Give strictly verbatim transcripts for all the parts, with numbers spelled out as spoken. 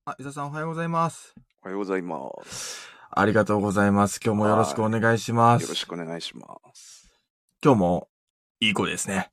あ、伊沢さんおはようございます。 おはようございます。 ありがとうございます。今日もよろしくお願いします。 よろしくお願いします。 今日もいい子ですね。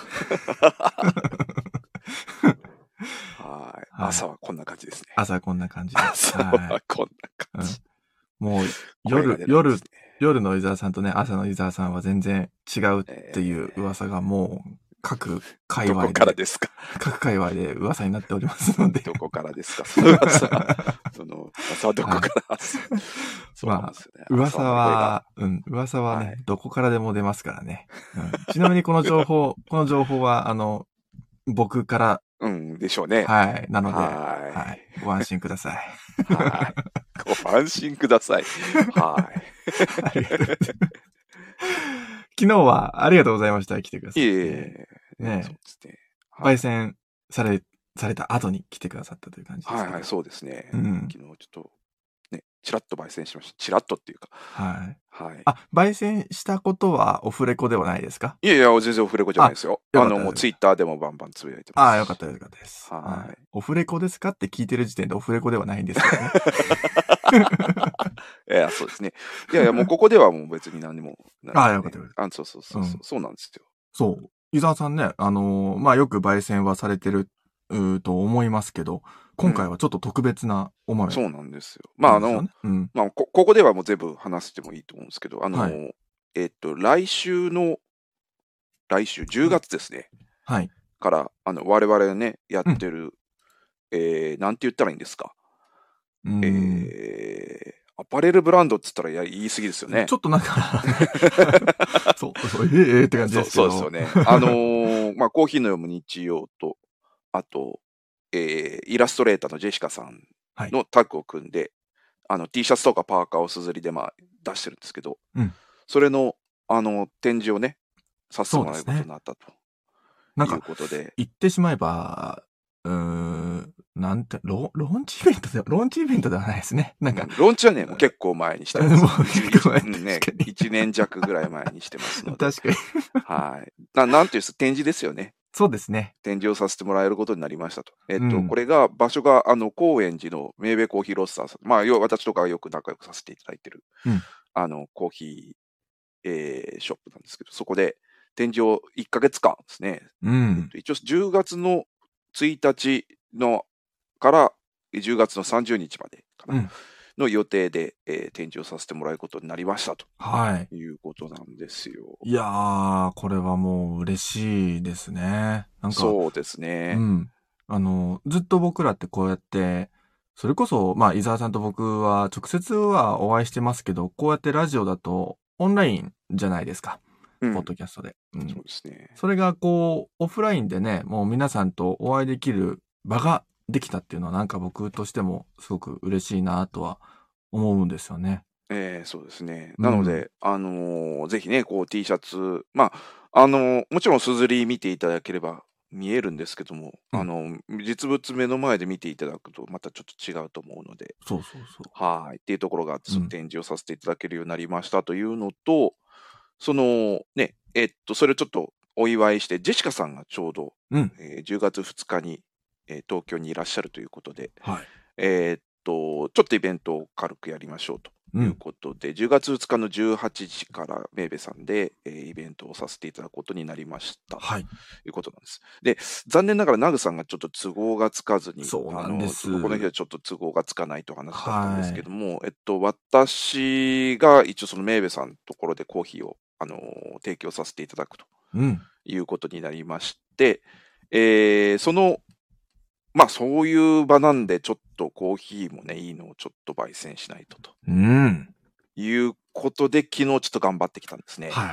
はい。朝はこんな感じですね。 朝はこんな感じです。 朝はこんな感じ。 うん、もう夜、ね、夜、夜の伊沢さんとね、朝の伊沢さんは全然違うっていう噂がもう各界隈で、 どこからですか各界隈で噂になっておりますので。 どこからですかその噂その噂はどこから、はい、 そうなんですよね。まあ、噂は、うん、噂はね、はい、どこからでも出ますからね。うん、ちなみにこの情報、この情報は、あの、僕から、 うんでしょうね。 はい。なので、はい。はい、ご安心ください。 はい。ご安心ください。はい。 ありがとうございます。昨日はありがとうございました。来てくださって。 いえいえ。ね、そうですね。 焙煎され、された後に来てくださったという感じですけど。 はいはい、そうですね。 うん、 昨日ちょっと、ね、チラッと焙煎しました。チラッとっていうか。 はい。 はい。 あ、焙煎したことはオフレコではないですか？ いやいや、全然オフレコじゃないですよ。あ, あの、もうツイッターでもバンバンつぶやいてます。 ああ、よかったよかったです。 はい、はい。 オフレコですかって聞いてる時点でオフレコではないんですけどね。 いや、そうですね。いやいや、もうここではもう別に何も、 ね。ああ、よかったよかった。 あ、そうそうそうそう、うん、そうなんですよ。 そう。伊沢さんね、あのー、まあ、よく焙煎はされてる、うと思いますけど、今回はちょっと特別なお豆、 うん。そうなんですよ。まあ、あの、うん、まあこ、ここではもう全部話してもいいと思うんですけど、あの、はい、えっと、来週の、来週、じゅうがつですね。 はい。 から、あの、我々ね、やってる、うん、えー、なんて言ったらいいんですか。 うん、 えー、アパレルブランドっつったらや言い過ぎですよね。 ちょっとなんか、そう、そう、ええー、って感じですけど。 そう、そうですよね。あのー、まあ、コーヒーの読む日曜と、あと、えー、イラストレーターのジェシカさんのタッグを組んで、はい、あの T シャツとかパーカーをすずりでまあ出してるんですけど、うん、それのあの展示をね、させてもらうことになったと、ね、いうことで。 言ってしまえば、うーん、なんて、ロ、ローンチイベントで、ローンチイベントではないですね。なんか。うん、 ローンチはね、もう結構前にしてます。もう結構前に。ね、いちねん弱ぐらい前にしてますので。 確かに。 はい。な、なんていう展示ですよね。 そうですね。 展示をさせてもらえることになりましたと。えっと、うん、これが、場所が、あの、高円寺のメーベコーヒーロッサーさん。まあ、要は私とかがよく仲良くさせていただいてる、うん、あの、コーヒー、えー、ショップなんですけど、そこで展示をいっかげつかんですね。うん、えっと、一応じゅうがつのついたちのからじゅうがつのさんじゅうにちまでかな、うん、の予定で、えー、展示をさせてもらえることになりましたと、はい、いうことなんですよ。 いやー、これはもう嬉しいですね。なんかそうですね。 うん。あの、ずっと僕らってこうやって、それこそ、まあ、伊沢さんと僕は直接はお会いしてますけど、こうやってラジオだとオンラインじゃないですか。うん、ポッドキャストで、うん。そうですね。 それがこう、オフラインでね、もう皆さんとお会いできる場ができたっていうのはなんか僕としてもすごく嬉しいなとは思うんですよね。 えー、そうですね。なので、うん、あのー、ぜひね、こう T シャツ、まあ、あのー、もちろんすずり見ていただければ見えるんですけども、うん、あの、実物目の前で見ていただくとまたちょっと違うと思うので、 そうそうそう。 はい。っていうところが、その展示をさせていただけるようになりましたというのと、うん、その、ね、えっと、それをちょっとお祝いして、ジェシカさんがちょうど、うんえー、じゅうがつふつかに、えー、東京にいらっしゃるということで、はい、えー、っと、ちょっとイベントを軽くやりましょうと。ということで、うん、じゅうがつふつかのじゅうはちじからメーベさんで、えー、イベントをさせていただくことになりました。はい。ということなんです。で、残念ながらナグさんがちょっと都合がつかずに、 そうなんです。 あのこの日はちょっと都合がつかないという話だったんですけども、はい、えっと、私が一応そのメーベさんのところでコーヒーを、あのー、提供させていただくということになりまして、うん、えー、そのまあそういう場なんでちょっとコーヒーもねいいのをちょっと焙煎しないとと、うん、いうことで昨日ちょっと頑張ってきたんですね。はい、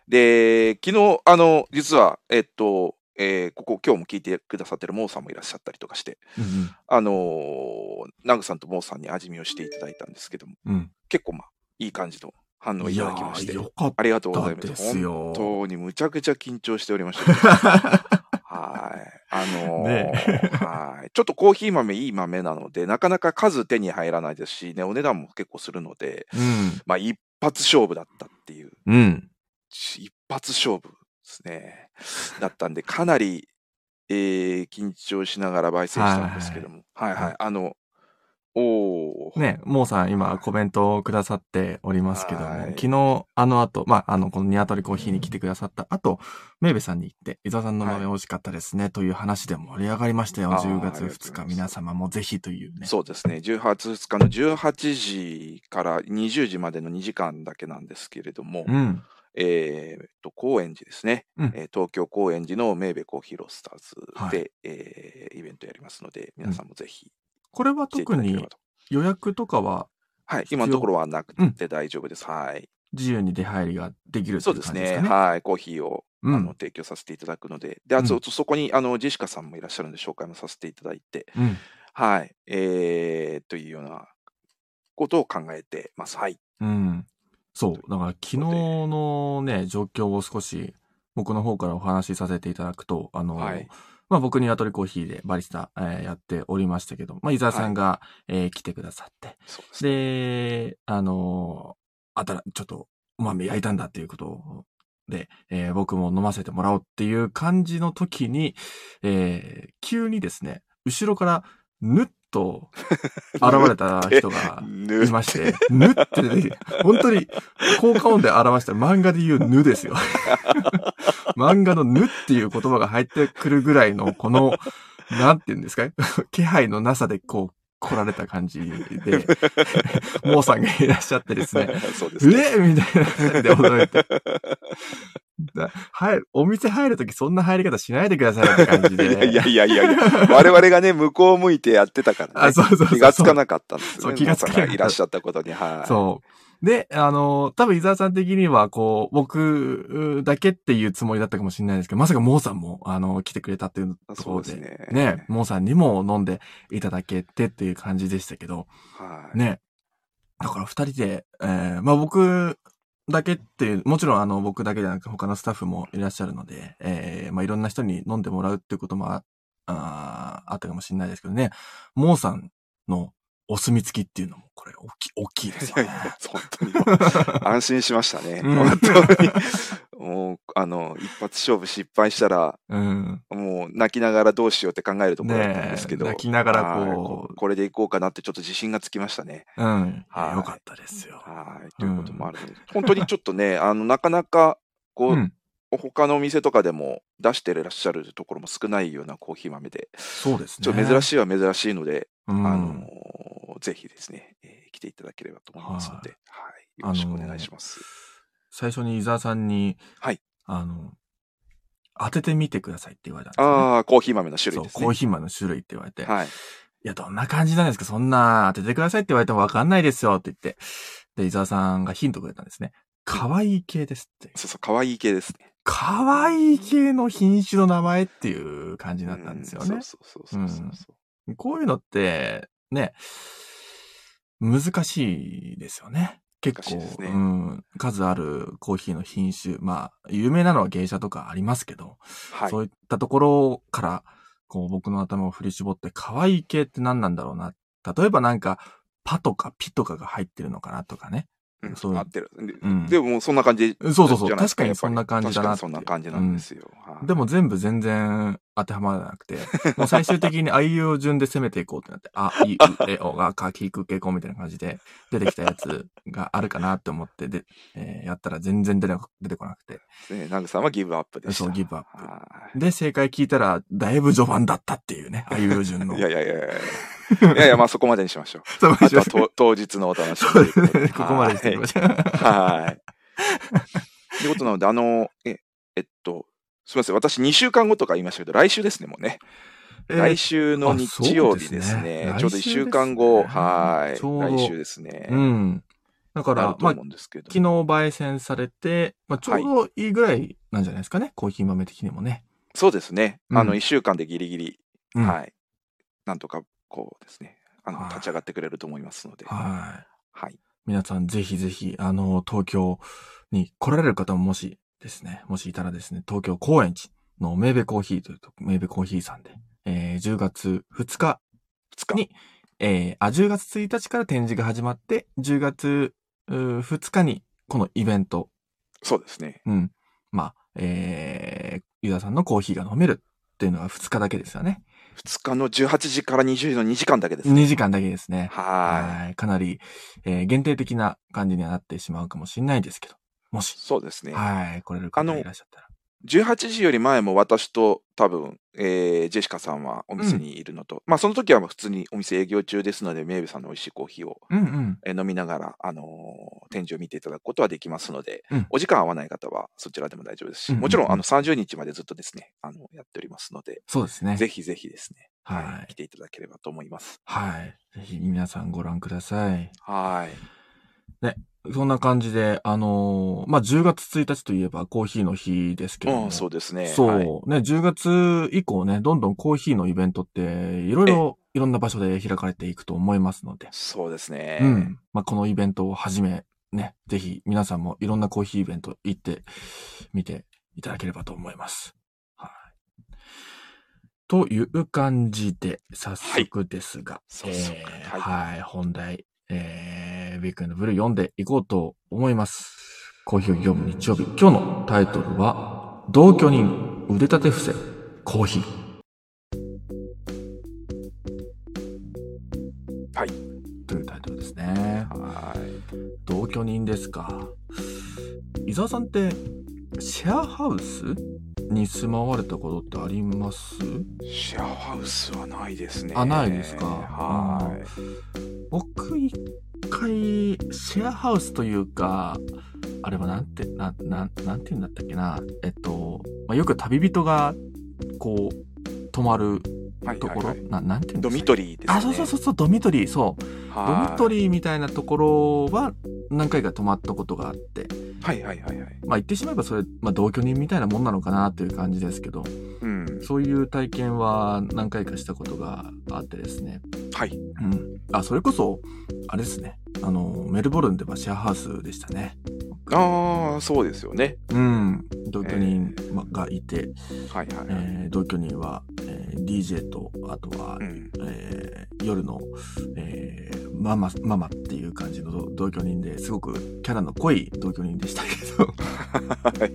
で昨日あの実はえっと、えー、ここ今日も聞いてくださってるモーさんもいらっしゃったりとかして、うんうん、あのー、ナグさんとモーさんに味見をしていただいたんですけども、うん、結構まあいい感じの反応をいただきまして、ありがとうございます。本当にむちゃくちゃ緊張しておりました、ね。はい。あのーね、はい。ちょっとコーヒー豆いい豆なので、なかなか数手に入らないですし、ね、お値段も結構するので、うん、まあ一発勝負だったっていう。うん、一発勝負ですね。だったんで、かなり、えー、緊張しながら焙煎したんですけども、はいはい。はいはい、あの、 おー。 ね、モーさん今コメントをくださっておりますけども、昨日あの後、まあ、あの、このニワトリコーヒーに来てくださった後、メイベさんに行って、伊沢さんの豆美味しかったですね、はい、という話で盛り上がりましたよ。じゅうがつふつか、皆様もぜひというね。 そうですね。じゅうはちがつふつかのじゅうはちじからにじゅうじまでのにじかんだけなんですけれども、 うん、 えー、っと、高円寺ですね。 うん、 えー、東京高円寺のメイベコーヒーロースターズで、はい、えー、イベントやりますので、皆さんもぜひ、うん。 これは特に予約とかははい、今のところはなくて大丈夫です。うん、はい。 自由に出入りができるという感じですかね。 そうですね。はい。コーヒーを、うん、あの提供させていただくので、で、あと、うん、そこにあのジェシカさんもいらっしゃるので紹介もさせていただいて、 うん、 はい。えー、というようなことを考えてます。はい。 うん。そう。だから昨日のね、状況を少し僕の方からお話しさせていただくと、あの、はい、まあ僕にニワトリコーヒーでバリスタ、えー、やっておりましたけど、まあ伊沢さんが、はい、えー、来てくださって、 そうですね、 で、あの、あたら、ちょっとお豆焼いたんだっていうことで、えー、僕も飲ませてもらおうっていう感じの時に、えー、急にですね、後ろからぬっと現れた人がいまして、ぬって出てきて、本当に効果音で表した漫画で言うぬですよ。漫画のぬっていう言葉が入ってくるぐらいのこの、なんて言うんですか気配のなさでこう来られた感じで、モーさんがいらっしゃってですね、 そうですねえみたいな感じで驚いて。だ入るお店入るときそんな入り方しないでくださいって感じで。 いやいやいやいや、我々がね、向こう向いてやってたからね。 あ、そうそうそうそう。 気がつかなかったんですよね。 そう、気がつかなかった。 いらっしゃったことに、はい。 そう。で、あの、多分伊沢さん的には、こう、僕だけっていうつもりだったかもしれないですけど、まさかモーさんも、あの、来てくれたっていうところで、でね、ね、モーさんにも飲んでいただけてっていう感じでしたけど、 はい。 ね。だから二人で、えー、まあ僕、だけっていう、もちろんあの僕だけじゃなく他のスタッフもいらっしゃるので、えー、まあいろんな人に飲んでもらうっていうことも あ, あ, あったかもしれないですけどね、モーさんのお墨付きっていうのもこれ大きい、大きいですよね。いやいや本当に安心しましたね。うん、本当に。もう、あの、一発勝負失敗したら、うん、もう泣きながらどうしようって考えるところだったんですけど、 泣きながらこうこ、これでいこうかなってちょっと自信がつきましたね。 うん。はい。よかったですよ。 はい。ということもあるので、うん、本当にちょっとね、あの、なかなか、こう、うん、他のお店とかでも出していらっしゃるところも少ないようなコーヒー豆で、 そうですね。 ちょっと珍しいは珍しいので、うん、あのー、ぜひですね、えー、来ていただければと思いますので、はい、はい、よろしくお願いします。 最初に伊沢さんに、 はい。 あの、当ててみてくださいって言われたんですよね。 ああ、コーヒー豆の種類ですね。 そう、コーヒー豆の種類って言われて。 はい。いや、どんな感じなんですかそんな当ててくださいって言われてもわかんないですよって言って。で、伊沢さんがヒントくれたんですね。可愛い系ですって。 そうそう、可愛い系ですね。 可愛い系の品種の名前っていう感じになったんですよね。 そうそうそうそうそう、 うん。こういうのって、ね、難しいですよね。結構、ね、うん、数あるコーヒーの品種、まあ、有名なのは芸者とかありますけど、はい、そういったところから、こう、僕の頭を振り絞って、可愛い系って何なんだろうな。例えばなんか、パとかピとかが入ってるのかなとかね。 うん、そう合ってる。で、うん、でもそんな感じ。 そうそうそう。確かにそんな感じだな。 確かにそんな感じなんですよ。 うん、でも全部全然当てはまらなくて、もう最終的にあいうえお順で攻めていこうってなって、あ、い、う、え、おが、か、き、く、け、こみたいな感じで出てきたやつがあるかなって思ってで、えー、やったら全然出てこなくて。 ね、ナグさんはギブアップでした。 そう、ギブアップ。で、正解聞いたら、だいぶ序盤だったっていうね、あいうえお順の。 いやいやいやいや。いやいや、まあそこまでにしましょう。 そうあとは当日のお楽しみ。 そうですね。ここまでにしてみましょう。 はい。ということなので、あの、え、えっと、すみません。私にしゅうかんごとか言いましたけど、来週ですね、もうね。えー、来週の日曜日ですね。すねちょうどいっしゅうかんご、はい。来週ですね。 うん。だから、まあ、昨日焙煎されて、まあ、ちょうどいいぐらいなんじゃないですかね。はい、コーヒー豆的にもね。 そうですね。うん、あの、いっしゅうかんでギリギリ、うん、はい。なんとか、こうですね。あの、立ち上がってくれると思いますので。 はい。 はい。 皆さんぜひぜひ、あの、東京に来られる方ももしですね、もしいたらですね、東京高円寺のメーベコーヒーというと、メーベコーヒーさんで、えー、じゅうがつふつかに、えー、あ、じゅうがつついたちから展示が始まって、じゅうがつふつかにこのイベント。 そうですね。 うん。まあ、えー、ユダさんのコーヒーが飲めるっていうのはふつかだけですよね。 ふつかのじゅうはちじからにじゅうじのにじかんだけですね。にじかんだけですね。 はい。 はい。かなり、えー、限定的な感じにはなってしまうかもしれないですけど、もし。 そうですね。 はい。来れる方いらっしゃったら。 じゅうはちじより前も私と多分、えー、ジェシカさんはお店にいるのと、うん、まあその時は普通にお店営業中ですので、メーベさんの美味しいコーヒーを、 うんうんえー、飲みながら、あのー、展示を見ていただくことはできますので、 うん、 お時間合わない方はそちらでも大丈夫ですし、うんうんうん、もちろんあのさんじゅうにちまでずっとですね、あのやっておりますので、 そうですね。 ぜひぜひですね、 はい、 はい、来ていただければと思います。 はい。ぜひ皆さんご覧ください。 はい。 ね。そんな感じで、あのー、まあ、じゅうがつついたちといえばコーヒーの日ですけども。 うん、そうですね。 そう、 はい、 ね、じゅうがつ以降ね、どんどんコーヒーのイベントって、いろいろ、いろんな場所で開かれていくと思いますので。 そうですね。 うん。まあ、このイベントをはじめ、ね、ぜひ皆さんもいろんなコーヒーイベント行ってみていただければと思います。はい。という感じで、早速ですが、 はい、早速、 えー、はい、はい、本題。えー、ウィークエンドブルー読んでいこうと思います。コーヒーを読む日曜日。今日のタイトルは、同居人腕立て伏せコーヒー。 はい。 というタイトルですね。 はい。 同居人ですか。伊沢さんって、シェアハウスに住まわれたことってあります？ シェアハウスはないですね。 あ、ないですか。 はい。 僕一回シェアハウスというか、あれはなんて、な、な、なんて言うんだったっけな。えっと、まあ、よく旅人が、こう、泊まるところ、はいはいはい、な、なんて言うんですか。 ドミトリーですね。 あ、そうそうそうそう、ドミトリー、そう。ドミトリーみたいなところは何回か泊まったことがあって。 はいはいはいはい。 まあ言ってしまえばそれ、まあ同居人みたいなもんなのかなという感じですけど、 うん、 そういう体験は何回かしたことがあってですね。 はい。 うん。あ、それこそ、あれですね。あの、メルボルンではシェアハウスでしたね。 ああ、そうですよね。 うん。同居人がいて、 えー、はいはい、はいえー、同居人は、えー、ディージェー と、あとは、うん、えー、夜の、えー、ママ、ママっていう感じの同居人ですごくキャラの濃い同居人でしたけど。はい。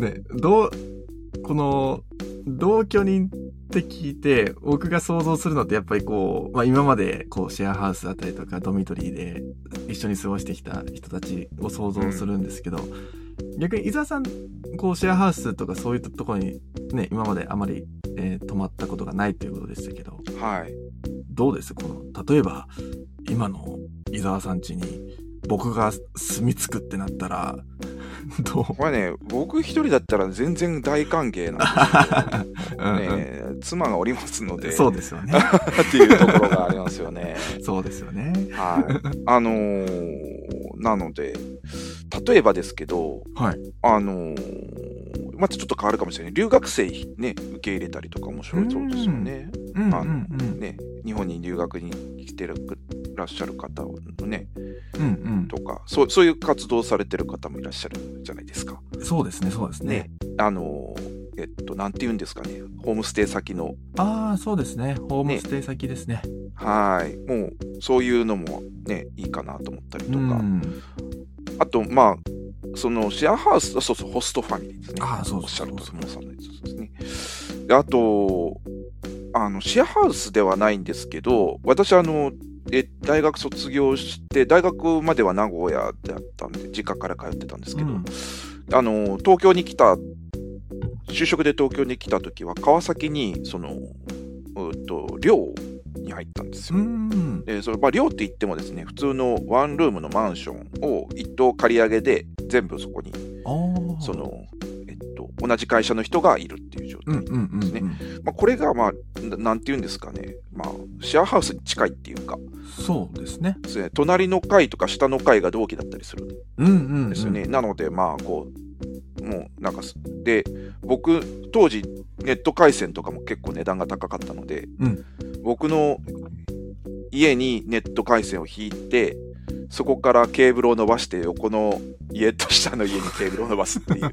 ね、どう、この、同居人って聞いて、僕が想像するのってやっぱりこう、まあ今までこうシェアハウスだったりとかドミトリーで一緒に過ごしてきた人たちを想像するんですけど、うん、逆に伊沢さん、こうシェアハウスとかそういったところにね、今まであまり、えー、泊まったことがないということでしたけど、 はい。 どうですこの、例えば今の伊沢さん家に僕が住み着くってなったら、どう？ これね、僕一人だったら全然大歓迎なんですけど、ね、うんうん、妻がおりますので。 そうですよね。 っていうところがありますよね。 そうですよね。 はい。あのー、なので、例えばですけど、 はい。 あのー、またちょっと変わるかもしれない。留学生ね、受け入れたりとか面白いそうですよね。 うんうんうん、 あのね、日本に留学に来てらっしゃる方のね、 うんうん、 とかそう、そういう活動されてる方もいらっしゃるじゃないですか。 そうですね、そうですね。 ね、あの、えっと、なんて言うんですかね、ホームステイ先の。 ああ、そうですね、ホームステイ先ですね。ね、 はい。もう、そういうのもね、いいかなと思ったりとか。うん、あと、まあ、そのシェアハウス、そうそう、ホストファミリーですね。 ああ、そうそうそう。 おっしゃるとおりですね。で、あと、あの、シェアハウスではないんですけど、私、あの、え大学卒業して、大学までは名古屋であったんで、実家から通ってたんですけど、うん、あの、東京に来た、就職で東京に来た時は、川崎に、その、うと寮に入ったんですよ。 うんでそれまあ、寮って言ってもですね、普通のワンルームのマンションを一棟借り上げで、全部そこに、その、えっと、同じ会社の人がいるっていう状態ですね。まあ、これが、まあ、なんていうんですかね、まあ、シェアハウスに近いっていうか、 そうですね。 ですね、隣の階とか下の階が同期だったりするんですよね。なので、まあ、こう、もう、なんか、で、僕、当時、ネット回線とかも結構値段が高かったので、 うん、 僕の家にネット回線を引いて、そこからケーブルを伸ばして、横の家と下の家にケーブルを伸ばすっていう。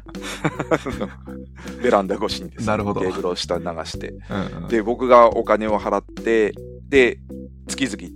ベランダ越しにですね、 なるほど。 ケーブルを下に流して、 うんうん、 で、僕がお金を払って、で、月々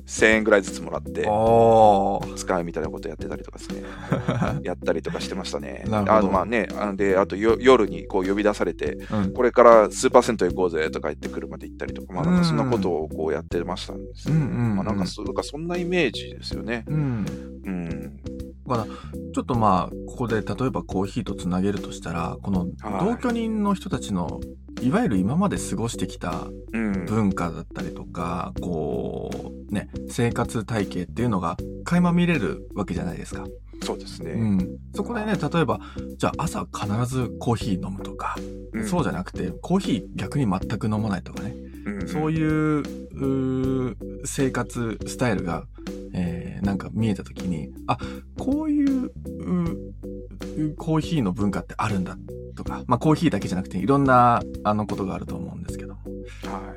せんえんぐらいずつもらって、使うみたいなことやってたりとかですね。やったりとかしてましたね。あの、まあね、あで、あと夜にこう呼び出されて、うん、これからスーパー銭湯行こうぜとか言って車で行ったりとか、まあなんかそんなことをこうやってましたんですね。うんうんうん、まあなんかそ、なんかそんなイメージですよね。うん。うん。 だからちょっとまあここで例えばコーヒーとつなげるとしたら、この同居人の人たちのいわゆる今まで過ごしてきた文化だったりとか、うん、こうね生活体系っていうのが垣間見れるわけじゃないですか。 そうですね。 うん。そこでね、例えばじゃあ朝必ずコーヒー飲むとか、うん、そうじゃなくてコーヒー逆に全く飲まないとかね、うんうん、そういう生活スタイルがえー、なんか見えたときに、あ、こういうコーヒーの文化ってあるんだとか、まあコーヒーだけじゃなくていろんなあのことがあると思うんですけど、はい、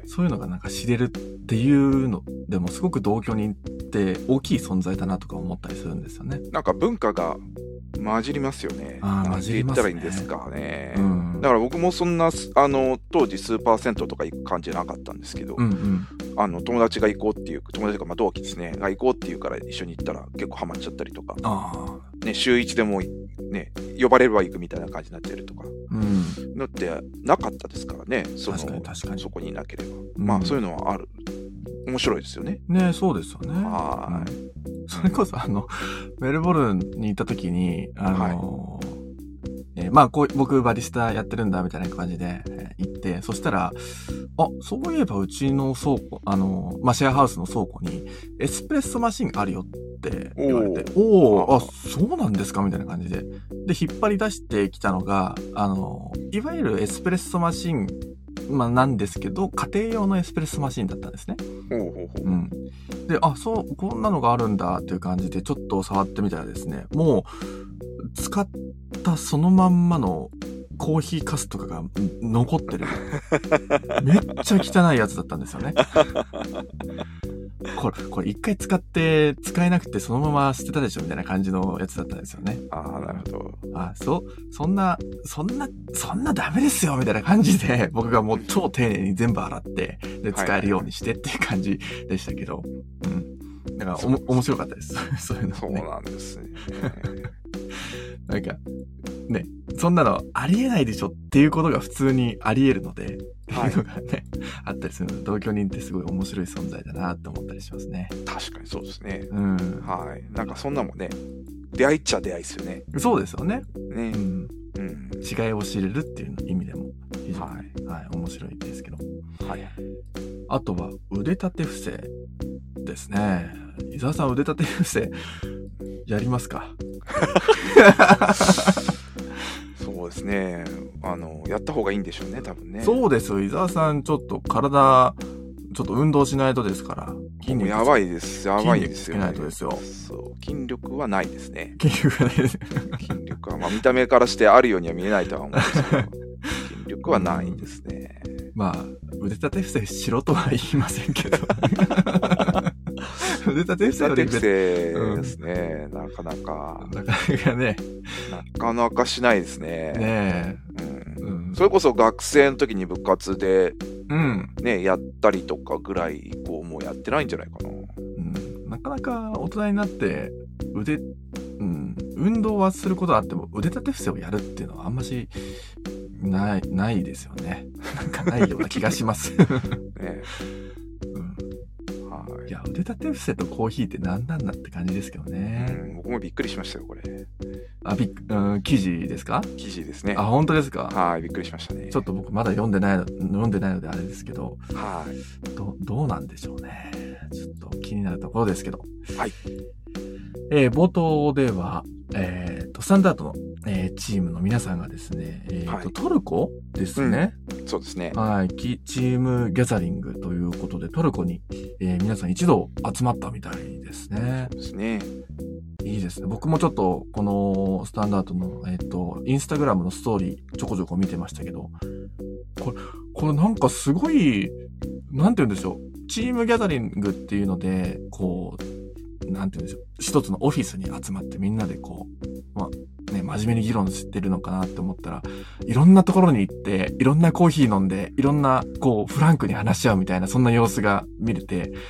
そういうのがなんか知れるっていうのでもすごく同居人って大きい存在だなとか思ったりするんですよね。 なんか文化が混じりますよね。ああ、混じりますね。って言ったらいいんですかね。うん、だから僕もそんな、あの、当時スーパー銭湯とか行く感じじゃなかったんですけど、うんうん、あの、友達が行こうっていう、友達が、まあ同期ですね、が行こうっていうから一緒に行ったら結構ハマっちゃったりとか、あね、週一でもね、呼ばれれば行くみたいな感じになってるとか、うん、のってなかったですからね、その確かに確かにそこにいなければ。うん、まあそういうのはある。面白いですよね。 ね、そうですよね。はい、うん。それこそあの、メルボルンに行った時に、あの、はいえー、まあこう、僕バリスタやってるんだみたいな感じで、えー、行って、そしたら、あ、そういえばうちの倉庫、あの、まあシェアハウスの倉庫にエスプレッソマシンあるよって言われて、おお、あ、そうなんですかみたいな感じで。で、引っ張り出してきたのが、あの、いわゆるエスプレッソマシン、まあなんですけど、家庭用のエスプレッソマシンだったんですね。ほうほうほう。うん。で、あ、そう、こんなのがあるんだっていう感じで、ちょっと触ってみたらですね、もう、使ったそのまんまのコーヒーかすとかが残ってる。めっちゃ汚いやつだったんですよね。これ、これ一回使って使えなくてそのまま捨てたでしょみたいな感じのやつだったんですよね。 ああ、なるほど。 あ、そ、そんな、そんな、そんなダメですよみたいな感じで、僕がもう超丁寧に全部洗って、で、使えるようにしてっていう感じでしたけど、うん。だからおも、面白かったです。そういうの、ね。 そうなんですね。 なんか、ね、そんなのありえないでしょっていうことが普通にあり得るので、はい、っていうのがね、あったりするので、同居人ってすごい面白い存在だなって思ったりしますね。 確かにそうですね。うん。はい。なんかそんなもんね、出会いっちゃ出会いですよね。 そうですよね。ね。うん。うん、違いを知れるっていう意味でも非常に、はいはい、面白いですけど。はい。あとは腕立て伏せですね。伊沢さん腕立て伏せやりますか？ そうですね。あの、やった方がいいんでしょうね、多分ね。 そうですよ。伊沢さん、ちょっと体、ちょっと運動しないとですから。 筋肉やばいです。やばいですよ、 ね。筋肉つけないとですよ。 そう。筋力はないですね。 筋力がないです。 筋力は、まあ見た目からしてあるようには見えないとは思うんですけど、筋力はないですね。 まあ、腕立て伏せしろとは言いませんけど。腕立て伏せより腕立て伏せですね、うん。なかなか。 なかなかね。 なかなかしないですね。 ねえ。うんうん、それこそ学生の時に部活で、うん、ね、やったりとかぐらい、こう、もうやってないんじゃないかな。 うん、なかなか大人になって腕、うん、運動はすることはあっても腕立て伏せをやるっていうのはあんましない、ないですよね。なんかないような気がします。ねうんはい、いや、腕立て伏せとコーヒーって何なんだって感じですけどね。 うん、僕もびっくりしましたよ、これ。 あ、びっく、うん、記事ですか？ 記事ですね。 あ、本当ですか？ はい、びっくりしましたね。 ちょっと僕まだ読んでないの、読んでないのであれですけど、はい。ど、どうなんでしょうね。ちょっと気になるところですけど。はい。えー、冒頭では、えーと、スタンダードの、えー、チームの皆さんがですね、えーとはい、トルコですね、 うん。そうですね。 はい。チームギャザリングということで、トルコに、えー、皆さん一度集まったみたいですね。 そうですね。 いいですね。僕もちょっと、このスタンダードの、えっと、インスタグラムのストーリーちょこちょこ見てましたけど、これ、これなんかすごい、なんて言うんでしょう。チームギャザリングっていうので、こう、なんて言うんでしょう。一つのオフィスに集まってみんなでこう、まあ、ね、真面目に議論してるのかなって思ったら、いろんなところに行って、いろんなコーヒー飲んで、いろんな、こう、フランクに話し合うみたいな、そんな様子が見れて、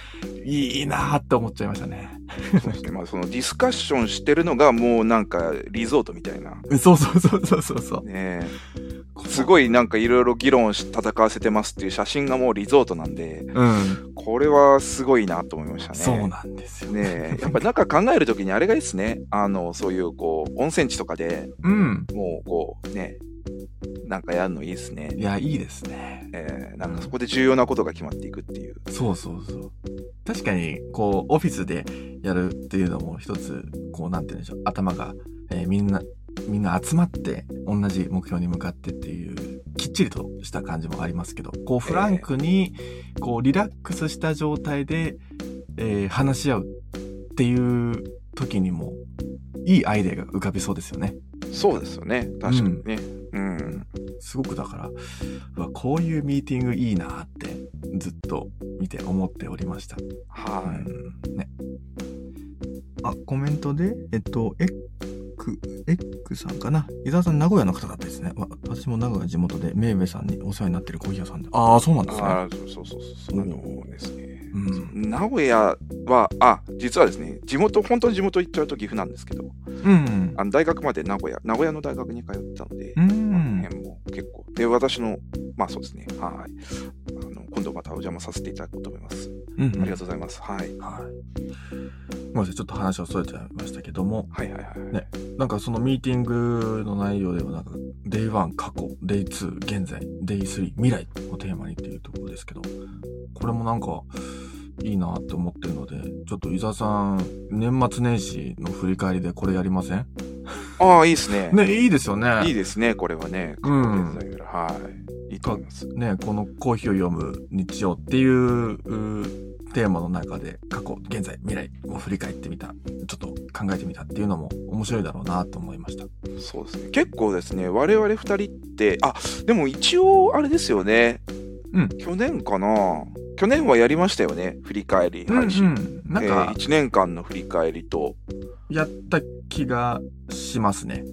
いいなーって思っちゃいましたね。 そうですね。まあそのディスカッションしてるのがもうなんかリゾートみたいな。 そうそうそうそうそうそう。 ねえ。すごいなんかいろいろ議論し戦わせてますっていう写真がもうリゾートなんで、うん、これはすごいなと思いましたね。 そうなんですよね。やっぱりなんか考えるときにあれがいいですね。あの、そういうこう、温泉地とかで、うん、もうこうね、なんかやるのいいですね。 いや、いいですね。 えー、なんかそこで重要なことが決まっていくっていう。 うん、そうそうそう。確かに、こう、オフィスでやるっていうのも一つ、こう、なんて言うんでしょう、頭が、えー、みんな、みんな集まって同じ目標に向かってっていうきっちりとした感じもありますけど、こうフランクにこうリラックスした状態で、えー、話し合うっていう時にもいいアイデアが浮かびそうですよね。 そうですよね。確かにね。うん。うん、 すごくだから、うわ、こういうミーティングいいなってずっと見て思っておりました。 はい、 うん。ね。あ、コメントで、えっと、エック、エックさんかな。伊沢さん、名古屋の方だったですね。私も名古屋地元で、メイベさんにお世話になってるコーヒー屋さんで。ああ、そうなんですね。ああ、 そうそうそうそう。あのですね。うん、名古屋は、あ、実はですね、地元、本当に地元行っちゃうと岐阜なんですけど、うん、あの大学まで名古屋、名古屋の大学に通ってたので、うん、まあ、この辺も結構。で、私の、まあそうですね、はい。あの今度またお邪魔させていただこうと思います。うん、うん、ありがとうございます。はい。はい。 ごめんなさい、ちょっと話をそれちゃいましたけども、 はいはいはい。 ね、なんかそのミーティングの内容では、なんか、デイワン過去、デイツー現在、デイスリー未来をテーマにっていうところですけど、これもなんか、いいなって思ってるので、ちょっと伊沢さん、年末年始の振り返りでこれやりません？ ああ、いいですね。 ね、いいですよね。 いいですね、これはね。うん。はい。いいと思います。 ね、このコーヒーを読む日曜っていう、うテーマの中で過去、現在、未来を振り返ってみた、ちょっと考えてみたっていうのも面白いだろうなと思いました。 そうですね。結構ですね、我々二人って、あ、でも一応あれですよね。うん。去年かな。去年はやりましたよね、振り返り配信。うんうん、なんか、えー、いちねんかんの振り返りと。 やった気がしますね。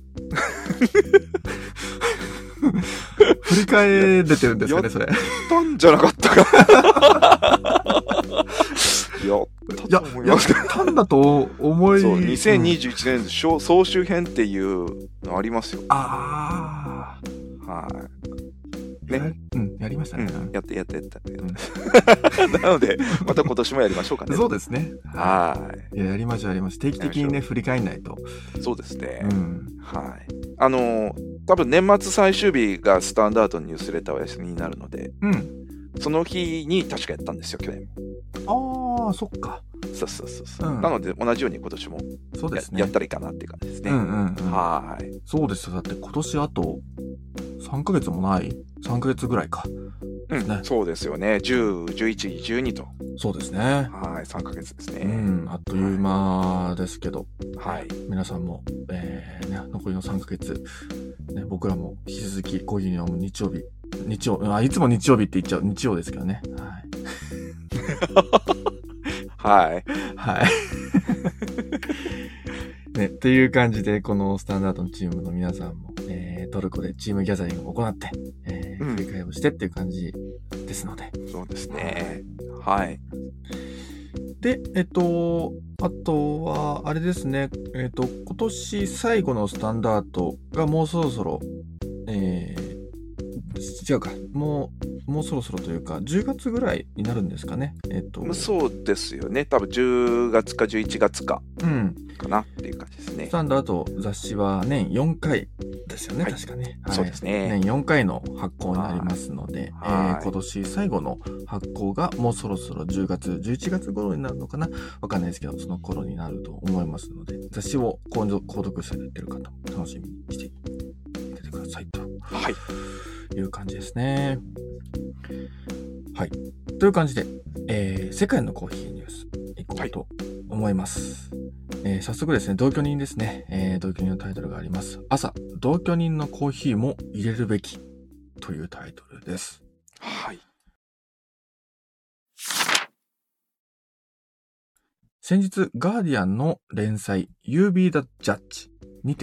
振り返れてるんですかね、それ。 やったんじゃなかったか。やったと思いますけど。 やったんだと思い。 そう、にせんにじゅういちねん総集編っていうのありますよ。 ああ。はい。 ね、うん、やりましたね。 うん、やってやってやった。うん、なので、また今年もやりましょうかね。 そうですね。 はい。 いや、やりましょう、やりましょう。定期的にね、振り返んないと。 そうですね。うん。はい。あのー、多分年末最終日がスタンダードニュースレターお休みになるので、うん。その日に確かやったんですよ、去年も。ああ、そっか。 そうそうそうそう、うん。なので、同じように今年もそうです、ね、やったらいいかなっていう感じですね。うんうんうん、はい。 そうですよ。だって今年あとさんかげつもない ?さん ヶ月ぐらいか。 うん、ね、そうですよね。じゅう、じゅういち、じゅうにと。 そうですね。 はい、さんかげつですね。 うん、あっという間ですけど、はい。皆さんも、えーね、残りのさんかげつ、ね、僕らも引き続きコーヒーに飲む日曜日、日曜、あ、いつも日曜日って言っちゃう日曜ですけどね。 はい。はい。 はい。ね、という感じで、このスタンダードのチームの皆さんも、えー、トルコでチームギャザリングを行って、えー、振り返りをしてっていう感じですので。 そうですね。はい。 で、えっと、あとは、あれですね、えっと、今年最後のスタンダードがもうそろそろ、えー、違うか、もう、もうそろそろというか、じゅうがつぐらいになるんですかね。えっと、 そうですよね。多分じゅうがつかじゅういちがつか。うん。かなっていう感じですね。 スタンダード雑誌は年よんかいですよね、はい、確かね、はい。 そうですね。 年よんかいの発行になりますので、えー、今年最後の発行がもうそろそろじゅうがつ、じゅういちがつ頃になるのかな、わかんないですけど、その頃になると思いますので、雑誌を購読されてる方も楽しみにしていてくださいと。はい。いう感じですね。はい。という感じで、えー、世界のコーヒーニュースいこうと思います。はい、えー、早速ですね、同居人ですね、えー、同居人のタイトルがあります。朝、同居人のコーヒーも入れるべきというタイトルです。はい。先日、ガーディアンの連載 You Be the Judge にて、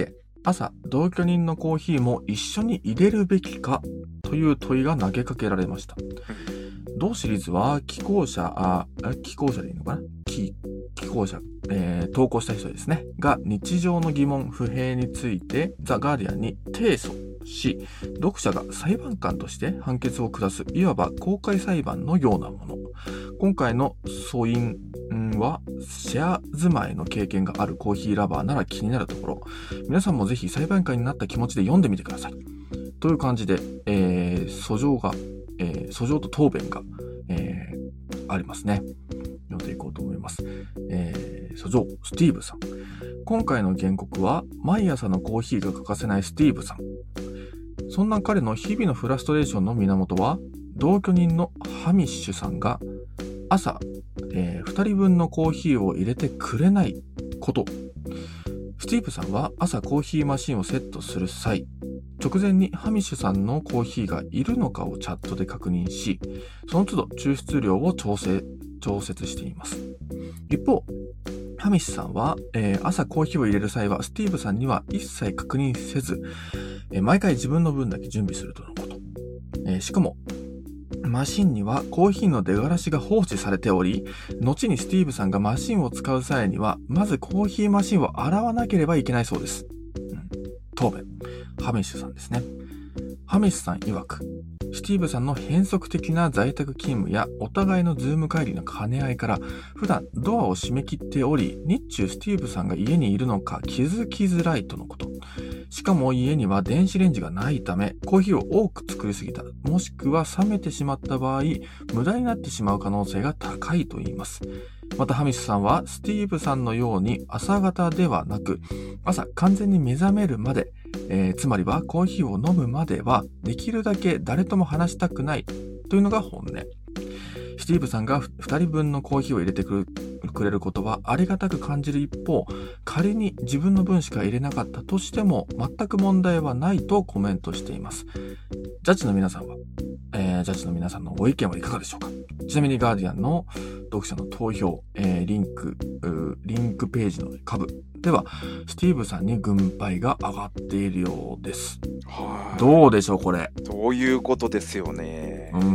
朝、同居人のコーヒーも一緒に入れるべきかという問いが投げかけられました。同シリーズは、寄稿者、あ、寄稿者でいいのかな寄、寄稿者、えー、投稿した人ですね。が、日常の疑問、不平について、ザ・ガーディアンに提訴し、読者が裁判官として判決を下す、いわば公開裁判のようなもの。今回の訴因は、シェア住まいの経験があるコーヒーラバーなら気になるところ、皆さんもぜひ裁判官になった気持ちで読んでみてください。という感じで、えー、訴状が、えー、訴状と答弁が、えー、ありますね。読んでいこうと思います。えー、訴状、スティーブさん。今回の原告は、毎朝のコーヒーが欠かせないスティーブさん。そんな彼の日々のフラストレーションの源は、同居人のハミッシュさんが、朝、えー、ふたりぶんのコーヒーを入れてくれないこと。スティーブさんは朝コーヒーマシンをセットする際、直前にハミッシュさんのコーヒーがいるのかをチャットで確認し、その都度抽出量を調整、調節しています。一方、ハミッシュさんは、えー、朝コーヒーを入れる際はスティーブさんには一切確認せず、えー、毎回自分の分だけ準備するとのこと。えー、しかも、マシンにはコーヒーの出がらしが放置されており、後にスティーブさんがマシンを使う際には、まずコーヒーマシンを洗わなければいけないそうです。うん、答弁。ハミッシュさんですね。ハミッシュさん曰く、スティーブさんの変則的な在宅勤務やお互いのズーム帰りの兼ね合いから、普段ドアを閉め切っており、日中スティーブさんが家にいるのか気づきづらいとのこと。しかも家には電子レンジがないため、コーヒーを多く作りすぎた、もしくは冷めてしまった場合、無駄になってしまう可能性が高いと言います。またハミッシュさんは、スティーブさんのように朝方ではなく、朝完全に目覚めるまで、えー、つまりはコーヒーを飲むまでは、できるだけ誰とも話したくないというのが本音。スティーブさんがふたりぶんのコーヒーを入れてくるくれることはありがたく感じる一方、仮に自分の分しか入れなかったとしても全く問題はないとコメントしています。ジャッジの皆さんは、えー、ジャッジの皆さんのご意見はいかがでしょうか。ちなみにガーディアンの読者の投票、えー、リンク、リンクページの下部では、スティーブさんに軍配が上がっているようです。はあ、どうでしょうこれ。 どういうことですよね。 うん。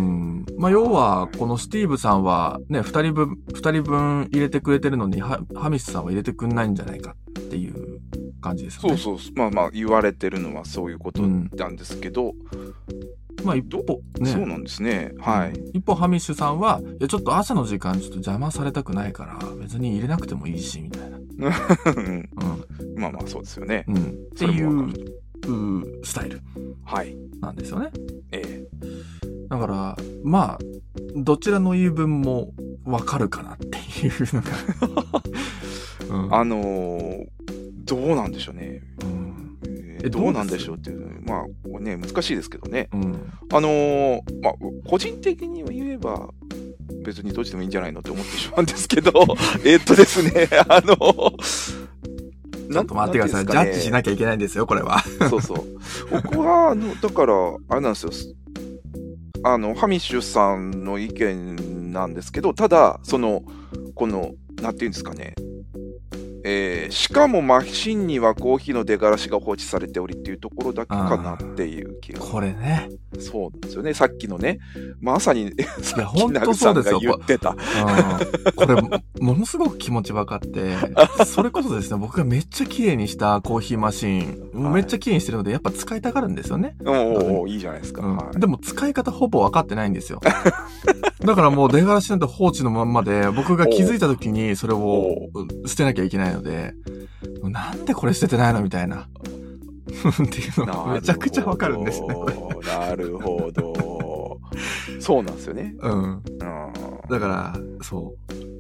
まあ、要は、このスティーブさんはね、二人分、二人分入れてくれてるのに、ハミッシュさんは入れてくんないんじゃないかっていう感じですよね。 そうそう。まあまあ、言われてるのはそういうことなんですけど、うん、 まあ一方、 ね。そうなんですね。はい。 一方、ハミッシュさんは、いや、ちょっと朝の時間ちょっと邪魔されたくないから、別に入れなくてもいいし、みたいな。 うん。まあまあ、そうですよね。 うん。っていう、スタイル。 はい。 なんですよね。 ええ。 だから、まあ、どちらの言い分もわかるかなっていうのが、 うん、あのー、どうなんでしょうね。うんえー、どうなんでしょうっていう、まあね、難しいですけどね。うん、あのー、まあ、個人的に言えば、別にどっちでもいいんじゃないのって思ってしまうんですけど、えっとですね、あのー、 ちょっと待ってください、ね。ジャッジしなきゃいけないんですよ、これは。 そうそう。僕は、あの、だから、あれなんですよ。あの、ハミッシュさんの意見なんですけど、ただ、その、この、なんていうんですかね。えー、しかもマシンにはコーヒーの出がらしが放置されておりっていうところだけかなっていう気が。 これね。 そうなんですよね。さっきのね、まさに、 さっきナグさんが言ってた。 これ、ものすごく気持ち分かって、それこそですね、僕がめっちゃ綺麗にしたコーヒーマシン、はい、めっちゃ綺麗にしてるので、やっぱ使いたがるんですよね。 おお、いいじゃないですか、 うんはい。でも使い方ほぼ分かってないんですよ。だからもう出がらしなんて放置のまんまで、僕が気づいた時にそれを捨てなきゃいけないので、なんでこれ捨ててないのみたいな。っていうのがめちゃくちゃわかるんですね。 なるほど。そうなんですよね。 うん。だから、そう。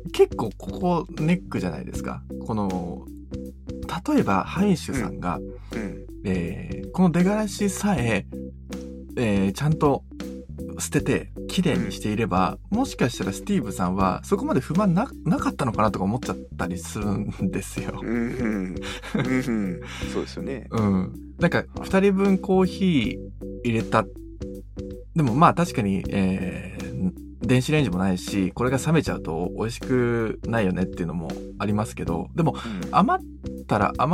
結構ここネックじゃないですか。この、例えば、ハイシュさんが、うんうんえー、この出がらしさえ、えー、ちゃんと捨てて綺麗にしていれば、うん、もしかしたらスティーブさんはそこまで不満な、なかったのかなとか思っちゃったりするんですよ。うんうんうんうん、そうですよね。 うん。なんか二人分コーヒー入れた。でもまあ確かに、えー、電子レンジもないし、これが冷めちゃうと美味しくないよねっていうのもありますけど、でも、うん、余ったら余っ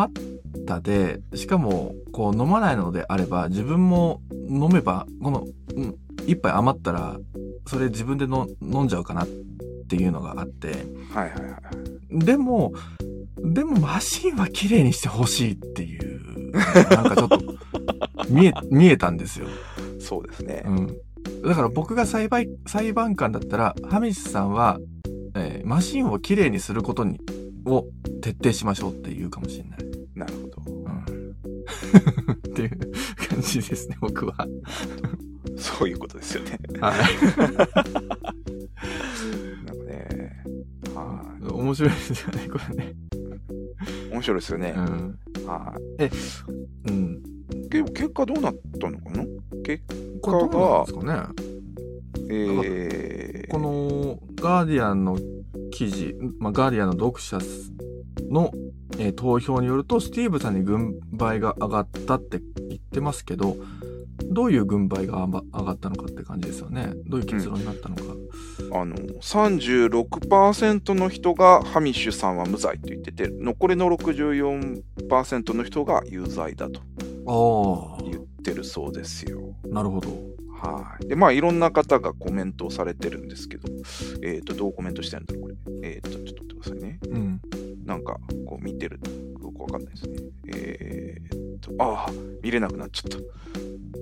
タで、しかもこう飲まないのであれば自分も飲めばこの、うん、一杯余ったらそれ自分での飲んじゃうかなっていうのがあって、 はいはいはい。 でもでもマシンは綺麗にしてほしいっていうなんかちょっと見え見えたんですよ。 そうですね。 うん。だから僕が裁判裁判官だったらハミシさんは、えー、マシンを綺麗にすることにを徹底しましょうって言うかもしれない。 なるほど。 うん、っていう感じですね、僕は。 そういうことですよね。 はい。 なんかね、はい。 面白いですよね、これね。 面白いですよね。 うん。 はい。 え、うん。 け結果どうなったのかな？結果が、 どうなんですかね。 えー、 このガーディアンの記事、まあ、ガーディアンの読者の、えー、投票によるとスティーブさんに軍配が上がったって言ってますけど、どういう軍配が上がったのかって感じですよね。どういう結論になったのか。 うん、あの さんじゅうろくパーセント の人がハミッシュさんは無罪と言ってて、残りの ろくじゅうよんパーセント の人が有罪だと言ってるそうですよ。 なるほど。 はい。で、まあ、いろんな方がコメントをされてるんですけど、えっと、どうコメントしてるんだろう、これ。えっと、ちょっと待ってくださいね。 うん。 なんか、こう見てるとよくわかんないですね。えっと、ああ、見れなくなっちゃった。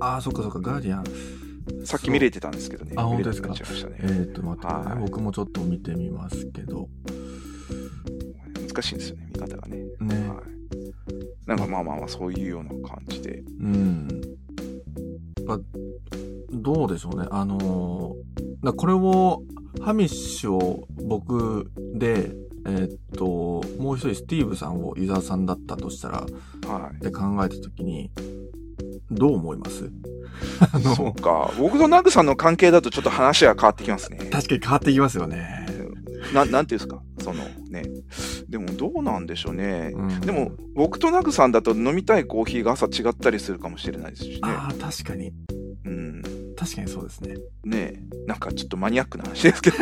ああ、そっかそっか、ガーディアン。 さっき見れてたんですけどね。 あ、本当ですか。 見れなくなっちゃいましたね。 えっと、待ってください。僕もちょっと見てみますけど。 難しいんですよね、見方がね。 ね。 はい。なんかまあまあまあ、そういうような感じで。 うん。あ、どうでしょうね。あのー、これを、ハミッシュを僕で、えー、っと、もう一人スティーブさんを伊沢さんだったとしたら、はい。って考えたときに、どう思います？ あのそうか。僕とナグさんの関係だとちょっと話が変わってきますね。 確かに変わってきますよね。 な、なんていうんですか、そのね。でもどうなんでしょうね。うん、でも僕とナグさんだと飲みたいコーヒーが朝違ったりするかもしれないですしね。 ああ、確かに。 うん。 確かにそうですね。 ねえ、なんかちょっとマニアックな話ですけど。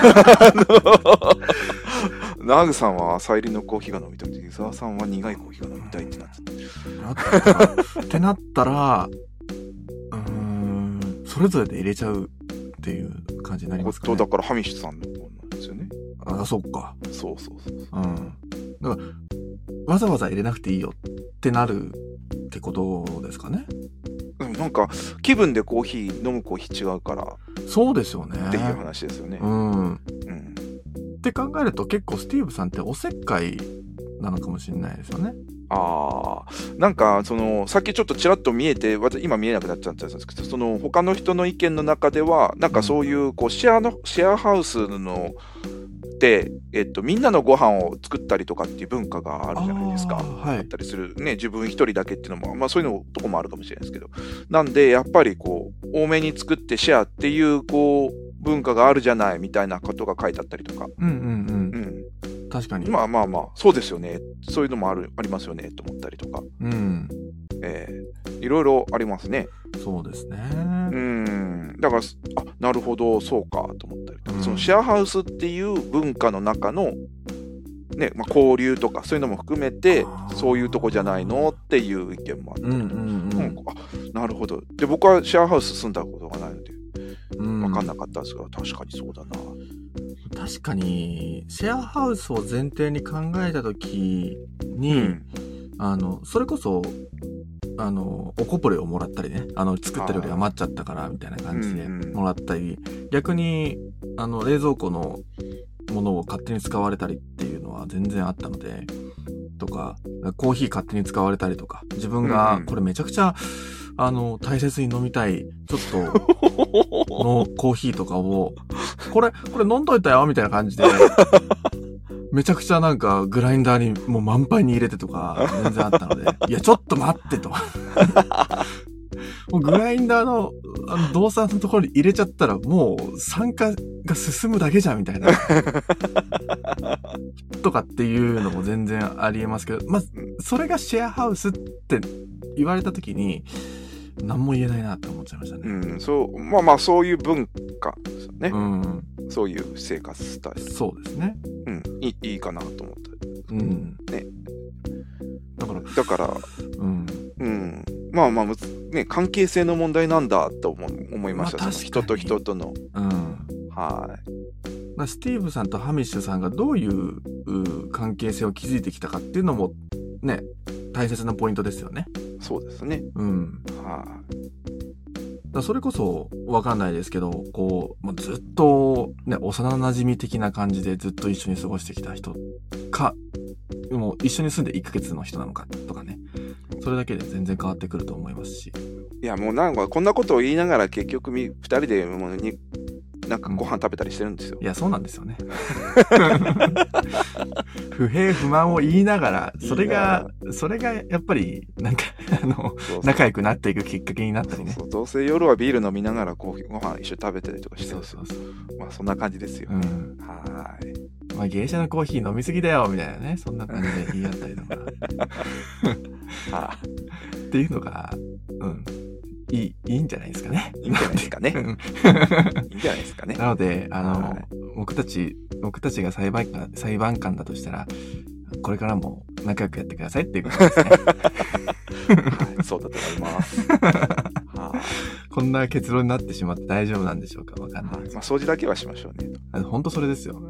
ナグさんは朝入りのコーヒーが飲みたい。伊沢さんは苦いコーヒーが飲みたいってなってた。ってなったら、うーん、それぞれで入れちゃうっていう感じになりますかね。 だからハミッシュさんの方なんですよね。 ああ、そっか。 そうそうそう。 うん。だから、わざわざ入れなくていいよってなるってことですかね。 なんか気分でコーヒー飲むコーヒー違うから。 そうですよね。 っていう話ですよね。 うん。うん。って考えると結構スティーブさんっておせっかいなのかもしれないですよね。 ああ、なんかそのさっきちょっとちらっと見えて、今見えなくなっちゃったんですけど、その他の人の意見の中ではなんかそういうこうシェアのシェアハウスので、えっと、みんなのご飯を作ったりとかっていう文化があるじゃないですか。あ、はい、あったりするね、自分一人だけっていうのも、まあそういうのとこもあるかもしれないですけど、なんでやっぱりこう多めに作ってシェアっていうこう文化があるじゃないみたいなことが書いてあったりとか。 うんうんうん。うん、確かに。 まあまあまあそうですよね。そういうのもあるありますよねと思ったりとか。 うん。 えー、いろいろありますね。 そうですね。 うん。だからあなるほどそうかと思ったりとか、うん、そのシェアハウスっていう文化の中のね、まあ、交流とかそういうのも含めてそういうとこじゃないのっていう意見もあったりとか、うんうんうん、あなるほど。で僕はシェアハウス住んだことがないので分かんなかったんですが、確かにそうだな。 確かにシェアハウスを前提に考えた時に、うん、あのそれこそあのおこぼれをもらったりね、あの作った料理余っちゃったからみたいな感じでもらったり、うんうん、逆にあの冷蔵庫のものを勝手に使われたりっていうのは全然あったので、とかコーヒー勝手に使われたりとか、自分がこれめちゃくちゃあの大切に飲みたいちょっとのコーヒーとかをこれこれ飲んどいたよみたいな感じでめちゃくちゃなんかグラインダーにもう満杯に入れてとか全然あったのでいやちょっと待ってともうグラインダーのあの動作のところに入れちゃったらもう酸化が進むだけじゃんみたいなとかっていうのも全然ありえますけど、まずそれがシェアハウスって言われた時に何も言えないなって思っちゃいましたね。 うん、そうまあまあそういう文化ですよね。うん、そういう生活スタイル。 そうですね。 うん、いいいいかなと思って。 うん、 ね。 だから、 だから、 うん。 うん。まあまあ、ね、関係性の問題なんだと思思いました。 まあ、 その人と人との。 うん。 はい。 まあ、スティーブさんとハミッシュさんがどういう関係性を築いてきたかっていうのもね、大切なポイントですよね。 そうですね。 うん。 はい。 だそれこそわかんないですけど、こう、もうずっとね、幼馴染的な感じでずっと一緒に過ごしてきた人か、もう一緒に住んでいっかげつの人なのかとかね。それだけで全然変わってくると思いますし。 いや、もうなんかこんなことを言いながら結局みふたりでもうになんかご飯食べたりしてるんですよ。 うん、いや、そうなんですよね。不平不満を言いながら、それが、それがやっぱり、なんか、あの、そうそう仲良くなっていくきっかけになったりね。 そうそうどうせ夜はビール飲みながらコーヒーご飯一緒に食べたりとかしてるんですよ。 そうそうそう。 まあそんな感じですよ。 うん、 はい。 まあ芸者のコーヒー飲みすぎだよ、みたいなね。そんな感じで言い合ったりとか。はあ、っていうのが、うん。いい、いいんじゃないですかね。 いいんじゃないですかね。いいんじゃないですかね。 なので、あの、はい、僕たち、僕たちが裁判官、裁判官だとしたら、これからも仲良くやってくださいっていうことですね。 はい、そうだと思います。はあ、 こんな結論になってしまって大丈夫なんでしょうかわかんないです。 まあ、掃除だけはしましょうね。 本当それですよ。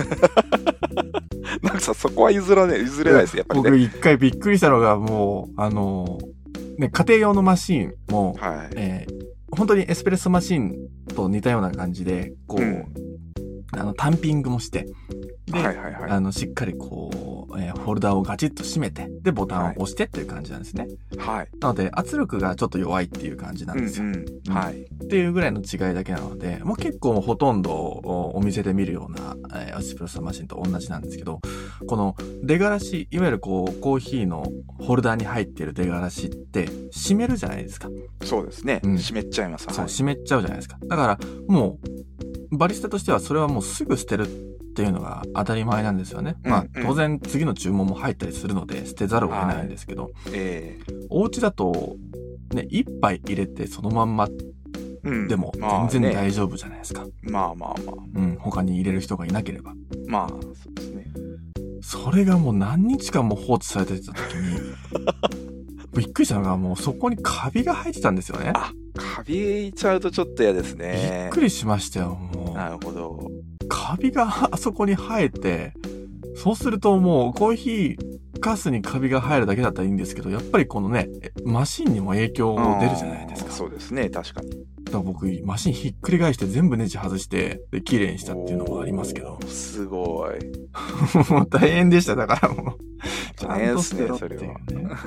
なんかさ、そこは譲らね、譲れないです、やっぱり、ね。 僕一回びっくりしたのが、もう、あの、ね、家庭用のマシーンも、はい、えー、本当にエスプレッソマシーンと似たような感じで、こう、うん、あの、タンピングもして、で、はいはいはい、あの、しっかりこう、えー、フォルダをガチッと閉めて、で、ボタンを押してっていう感じなんですね。はい。なので、圧力がちょっと弱いっていう感じなんですよ。うんうん、はい。っていうぐらいの違いだけなので、もう結構ほとんどお店で見るような、えー、エスプレッソマシンと同じなんですけど、この出がらし、いわゆるこう、コーヒーのホルダーに入っている出がらしって、閉めるじゃないですか。 そうですね。うん、閉めちゃいます。 そう、閉めちゃうじゃないですか。だから、もう、バリスタとしてはそれはもうすぐ捨てるっていうのが当たり前なんですよね。うん、まあ、当然次の注文も入ったりするので捨てざるを得ないんですけど、はい、えー、お家だと、ね、一杯入れてそのまんまでも全然大丈夫じゃないですか。 まあ、ね、まあまあまあ。 うん、他に入れる人がいなければ。 まあ、そうですね。 それがもう何日間も放置されてた時に、びっくりしたのがもうそこにカビが生えてたんですよね。 あ、カビいちゃうとちょっと嫌ですね。 びっくりしましたよ、もう。 なるほど。 カビがあそこに生えて、そうするともうコーヒーカスにカビが生えるだけだったらいいんですけど、やっぱりこのね、マシンにも影響出るじゃないですか。 そうですね、確かに。 だから僕、マシンひっくり返して全部ネジ外して、で、綺麗にしたっていうのもありますけど。 すごい。 もう大変でした、だからもう。ちゃんと捨てろっていうね。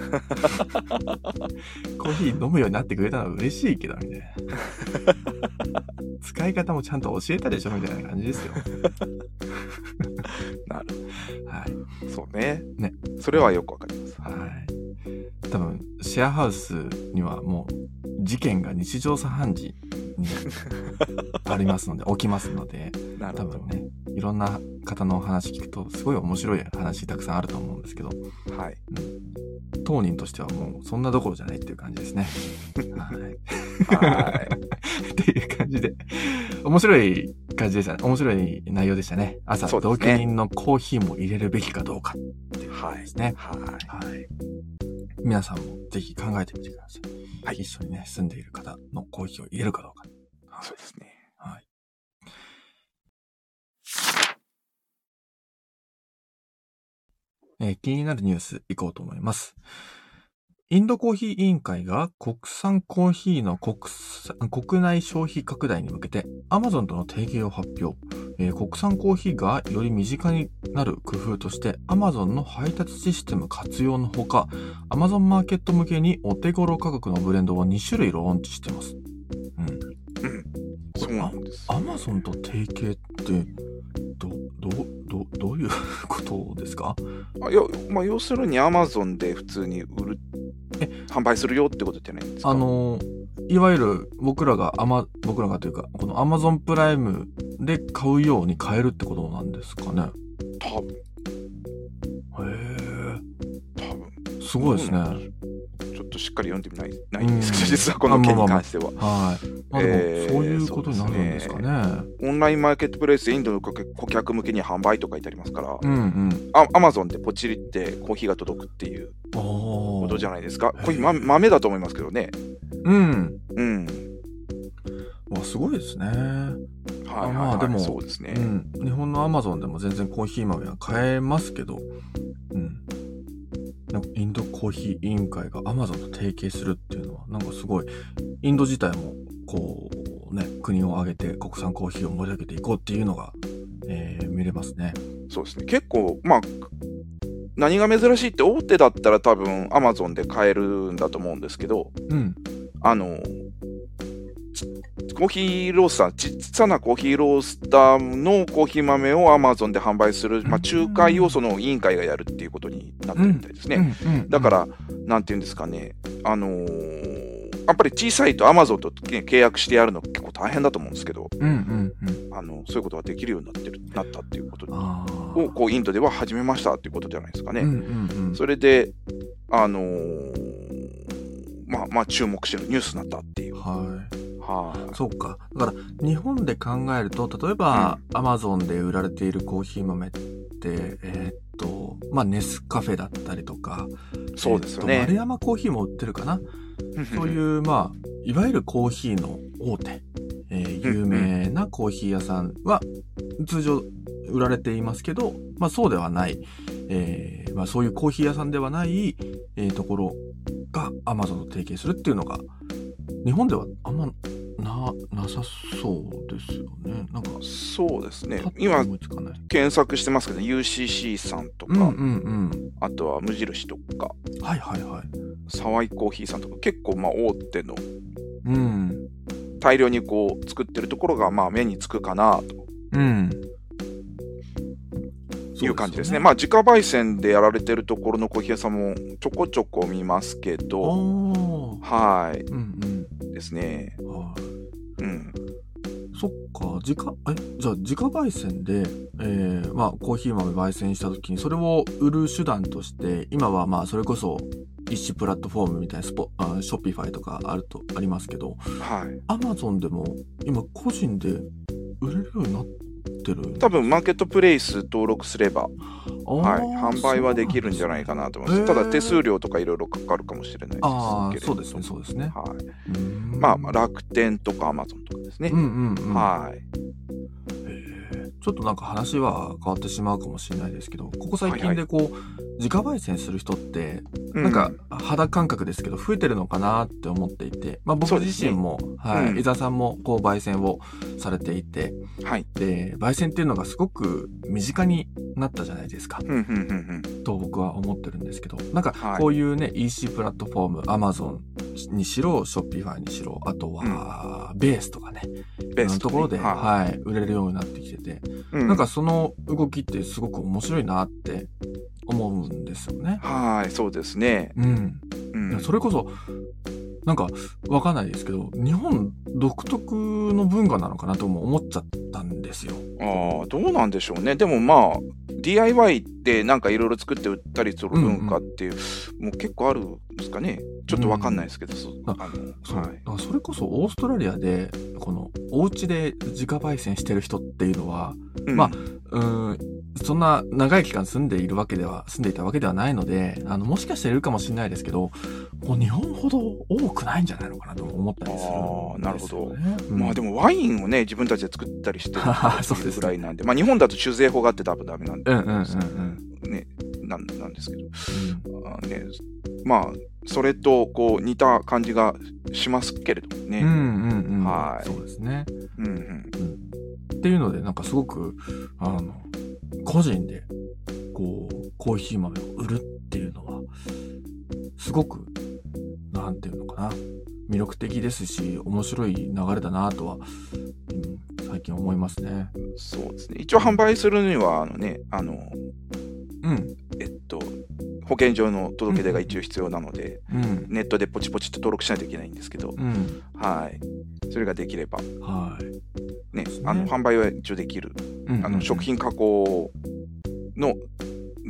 コーヒー飲むようになってくれたのは嬉しいけど、みたいな。使い方もちゃんと教えたでしょみたいな感じですよ。 なる。 はい。 そうね。ね。それはよくわかります。 はい。多分、シェアハウスにはもう、事件が日常茶飯事にありますので、起きますので、多分ね、いろんな方のお話聞くと、すごい面白い話たくさんあると思うんですけど、はい。うん、当人としてはもう、そんなどころじゃないっていう感じですね。はい。はい。っていう感じで、面白い感じでしたね。面白い内容でしたね。朝、ね、同居人のコーヒーも入れるべきかどうかっていうことですね。はい。はい。はい、皆さんもぜひ考えてみてください。はい。一緒にね、住んでいる方のコーヒーを入れるかどうか。 はい、そうですね。はい。 えー、気になるニュースいこうと思います。インドコーヒー委員会が国産コーヒーの 国, 国内消費拡大に向けて Amazon との提携を発表、えー。国産コーヒーがより身近になる工夫として Amazon の配達システム活用のほか Amazon マーケット向けにお手頃価格のブレンドをに種類ローンチしてます。うん。うん。 そうなんです、 ね。Amazon と提携ってど、ど、ど、どういうことですか？ あ、いや、まあ、要するに Amazon で普通に売る販売するよってことじゃないんですか？ あのいわゆる僕らがアマ僕らがというかこの Amazon プライムで買うように買えるってことなんですかね？ 多分。 へえ。 多分。 すごいですね。 ちょっとしっかり読んでみないないんですけど、実はこの件に関しては。 はい。まあ、でもそういうことになるんですかね。えー、 ねオンラインマーケットプレイスでインドの顧客向けに販売と書いてありますから、 うんうん、 アマゾンでポチリってコーヒーが届くっていうことじゃないですか。コーヒー、ま、豆だと思いますけどね。 うん。 うん。 わ、すごいですね。はいはいはい、はい、まあでもそうですね、 うん、日本のアマゾンでも全然コーヒー豆は買えますけど、うん、なんかインドコーヒー委員会がアマゾンと提携するっていうのはなんかすごいインド自体もこうね国を挙げて国産コーヒーを盛り上げていこうっていうのが、えー、見れますね。 そうですね。結構まあ何が珍しいって大手だったら多分アマゾンで買えるんだと思うんですけど、 うん、 あのコーヒーロースター、小さなコーヒーロースターのコーヒー豆をアマゾンで販売する、まあ、仲介をその委員会がやるっていうことになってるみたいですね。 うんうんうんうん、 だから、なんていうんですかね、あのー、やっぱり小さいとアマゾンと契約してやるの結構大変だと思うんですけど、 うんうんうん、 あのそういうことができるようになってるなったっていうことをこうインドでは始めましたっていうことじゃないですかね。 うんうんうん、 それで、あのー、まあまあ注目してるニュースになったっていう。 はいはあ、そうか。だから日本で考えると例えば、うん、アマゾンで売られているコーヒー豆ってえー、っとまあネスカフェだったりとか、 そうですよね。 えー、丸山コーヒーも売ってるかな。そういうまあいわゆるコーヒーの大手、えー、有名なコーヒー屋さんは通常売られていますけど、まあそうではない、えー、まあそういうコーヒー屋さんではない、えー、ところがアマゾンと提携するっていうのが日本ではあんまな、なさそうですよね。なんかそうですね。今検索してますけど、ユーシーシー さんとか、 うんうんうん、 あとは無印とか、 はいはいはい、 沢井コーヒーさんとか、結構まあ大手の、 うん、 大量にこう作ってるところがまあ目につくかなと。 うんいう感じですね。まあ自家焙煎でやられてるところのコーヒー屋さんもちょこちょこ見ますけど、はい、うんうん、ですね。 はい、 うん。 そっか、自家えじゃあ自家焙煎で、えー、まあコーヒー豆焙煎した時にそれを売る手段として今はまあそれこそ一種プラットフォームみたいなスポあショッピファイとかあるとありますけど、 はい、 アマゾンでも今個人で売れるようになって多分マーケットプレイス登録すれば、はい、販売はできるんじゃないかなと思います。ただ手数料とかいろいろかかるかもしれないですけれども。 あそうですね、そうですね。 はい、まあ楽天とかアマゾンとかですね。 うんうんうん、 はい。 ちょっとなんか話は変わってしまうかもしれないですけど、ここ最近でこう、はいはい、自家焙煎する人って、なんか肌感覚ですけど増えてるのかなって思っていて、まあ僕自身も、ね、はい、うん、伊沢さんもこう焙煎をされていて、 はい、 で、焙煎っていうのがすごく身近になったじゃないですか、 うんうんうんうん、 と僕は思ってるんですけど、なんかこういうね、はい、イーシー プラットフォーム、Amazon にしろ、ショッピファイにしろ、あとは、うん、ベースとかね、ベースのところで、はい、はい、売れるようになってきてて、うん、なんかその動きってすごく面白いなって思うんですよね。 はい、そうですね。 うん。うん、それこそ、なんかわかんないですけど、日本独特の文化なのかなとも思っちゃったんですよ。 ああ、どうなんでしょうね。でもまあ、ディーアイワイ ってなんかいろいろ作って売ったりする文化っていう、うんうん、もう結構あるんですかね。ちょっとわかんないですけど、うん、そ, あのそう、はい、だからそれこそオーストラリアでこのお家で自家焙煎してる人っていうのは、うん、まあうんそんな長い期間住んでいるわけでは住んでいたわけではないので、あのもしかしているかもしれないですけど、もう日本ほど多くないんじゃないのかなと思ったりするんですよね。 ああ、なるほど。うん、まあでもワインをね自分たちで作ったりしてるぐらいなんで、まあ日本だと酒税法があって多分ダメなんで、 うんうんうんうん、 ねなんなんですけど、うん、あねまあそれとこう似た感じがしますけれどもね。 うんうんうん、 はい、 そうですね。 うんうんうん、 っていうのでなんかすごくあの個人でこうコーヒー豆を売るっていうのはすごくなんていうのかな、魅力的ですし面白い流れだなとは、うん、最近思いますね。 そうですね。一応販売するにはあのねあの、 うん、 えっと保険証の届け出が一応必要なので、 うん、 ネットでポチポチと登録しないといけないんですけど、 うん、 はい、それができれば、 はいね、あの販売は一応できる、うんうんうん、あの食品加工の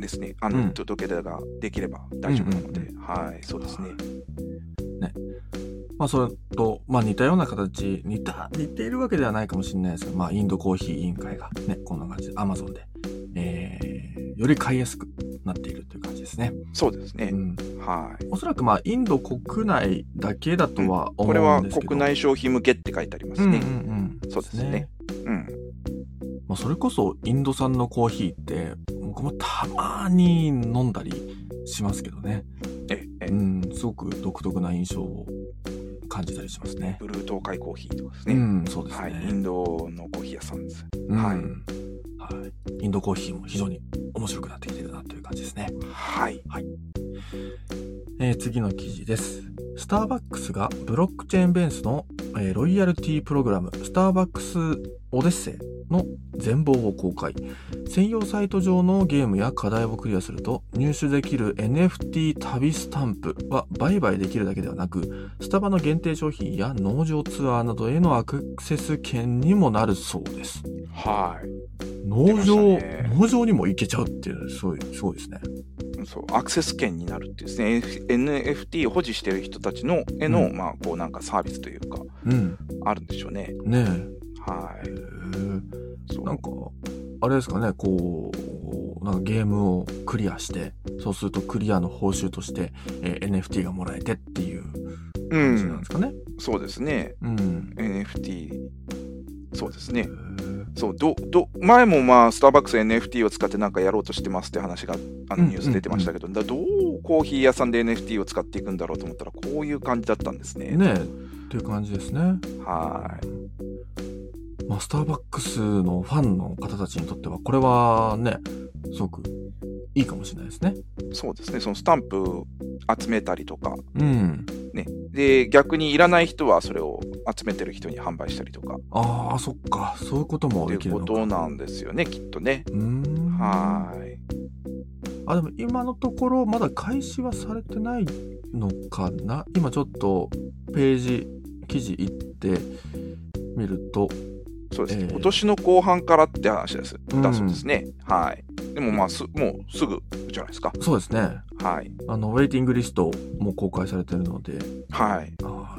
ですね。あの、うん、届け出ができれば大丈夫なので、うんうんうん、はい、そうですね。 ね。まあ、それと、まあ、似たような形、似た、似ているわけではないかもしれないですけど、まあ、インドコーヒー委員会がね、こんな感じで Amazon で、えー、より買いやすくなっているという感じですね。 そうですね。 うん、 はい。 おそらくまあ、インド国内だけだとは思うんですけど、うん、これは国内消費向けって書いてありますね。 うんうんうん、 そうですね。うん。 まあ、それこそインド産のコーヒーって僕もたまに飲んだりしますけどね。 ええ、 うん、すごく独特な印象を感じたりしますね。 ブルー東海コーヒーとかですね。 うん、そうですね。 はい、インドのコーヒー屋さんです。 うん、 はい、 はい。インドコーヒーも非常に面白くなってきてるなという感じですね。 はい。 はい。えー、次の記事です。スターバックスがブロックチェーンベースの、えー、ロイヤルティープログラムスターバックスオデッセイの全貌を公開。専用サイト上のゲームや課題をクリアすると入手できる エヌエフティー 旅スタンプは売買できるだけではなく、スタバの限定商品や農場ツアーなどへのアクセス券にもなるそうです。 はい。 農場、農場にも行けちゃうっていうのはすごい、すごいですね。 そう、アクセス券になるっていうですね、エヌエフティー を保持している人たちのへの、うん、まあ、こうなんかサービスというか、うん、あるんでしょうね。 ねえ。 はい。 そうなんか、あれですかね、こう、なんかゲームをクリアして、そうするとクリアの報酬として、えー、エヌエフティー がもらえてっていう感じなんですかね。 うん、そうですね。 うん、 エヌエフティー、そうですね。そうどど前もまあスターバックス エヌエフティー を使ってなんかやろうとしてますって話があのニュース出てましたけど、うんうんうん、だどうコーヒー屋さんで エヌエフティー を使っていくんだろうと思ったらこういう感じだったんですね。 ねえっていう感じですね。 はい。 まあ、スターバックスのファンの方たちにとってはこれはねすごくいいかもしれないですね。 そうですね。そのスタンプ集めたりとか、 うんね、で逆にいらない人はそれを集めてる人に販売したりとか。 ああ、そっか、そういうこともできるのか。 っていうことなんですよね、きっとね。 うーん。 はい。 あ、でも今のところまだ開始はされてないのかな。今ちょっとページ記事行ってみると。 そうです、えー、今年の後半からって話です。だそうですね。はい。でもまあすもうすぐじゃないですか。 そうですね。 はい。 あのウェイティングリストも公開されてるので。 はい。はい。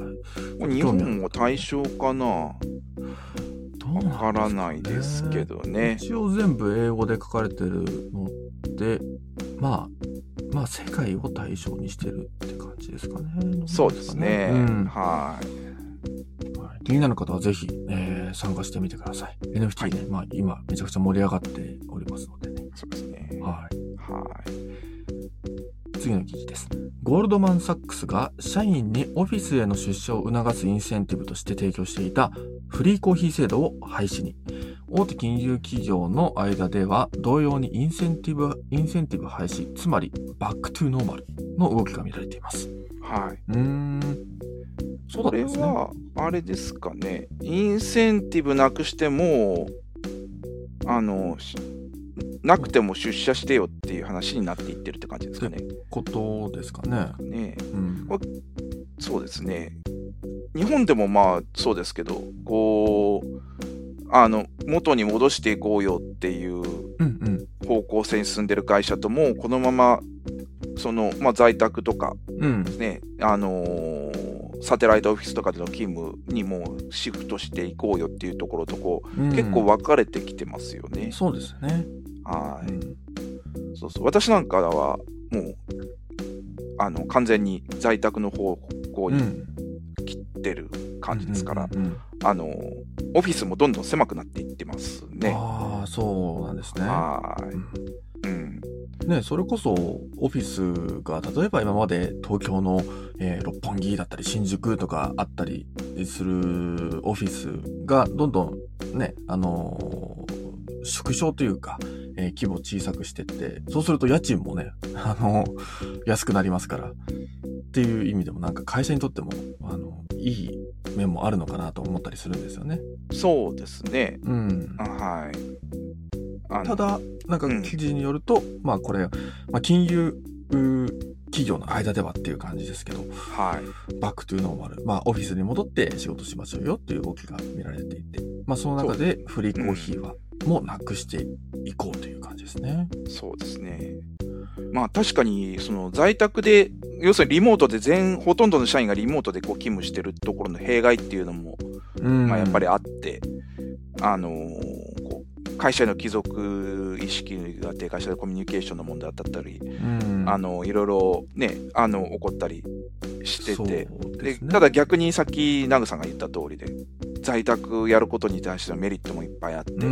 日本も対象かな。わからないですけどね。 一応全部英語で書かれてるので、まあまあ世界を対象にしてるって感じですかね。 そうですね。うん、はい。 気になる方はぜひ、えー、参加してみてください。エヌエフティー ね、はい、まあ今めちゃくちゃ盛り上がっておりますのでね。 そうですね。 はい。 はい。 次の記事です。ゴールドマンサックスが社員にオフィスへの出社を促すインセンティブとして提供していたフリーコーヒー制度を廃止に。大手金融企業の間では同様にインセンティブ、インセンティブ廃止、つまりバックトゥーノーマルの動きが見られています。 はい。 うーん。 それはあれですかね。インセンティブなくしてもあのなくても出社してよっていう話になっていってるって感じですかね。 ことですかね。 ね、 うん、 そうですね。日本でもまあそうですけど、こうあの元に戻していこうよっていう方向性に進んでる会社ともこのままその、まあ、在宅とかですね、うん、あのー、サテライトオフィスとかでの勤務にもシフトしていこうよっていうところとこう、うん、結構分かれてきてますよね。 そうですね。 はい、うん、そうそう。私なんかはもうあの完全に在宅の方向に切ってる感じですから、あのオフィスもどんどん狭くなっていってますね。 ああ、そうなんですね。 はい。うん。 ね、それこそオフィスが例えば今まで東京の、えー、六本木だったり新宿とかあったりするオフィスがどんどんね、あのー、縮小というか、えー、規模小さくしてって、そうすると家賃もね、あのー、安くなりますからっていう意味でもなんか会社にとってもあのいい面もあるのかなと思ったりするんですよね。 そうですね。 うん。 はい。 ただなんか記事によると、うん、まあこれ、まあ、金融企業の間ではっていう感じですけど、 はい、 バックトゥーノーマル、まあオフィスに戻って仕事しましょうよっていう動きが見られていて、まあその中でフリーコーヒーはもなくしていこうという感じですね。 そうですね。まあ確かにその在宅で、要するにリモートで全ほとんどの社員がリモートでこう勤務してるところの弊害っていうのも、うん、まあやっぱりあって、あのー、こう会社の帰属意識が低下したコミュニケーションの問題だったり、うん、あのいろいろねあの起こったりしてて、で、ね、ただ逆にさっきナグさんが言った通りで在宅やることに対してのメリットもいっぱいあって、うん、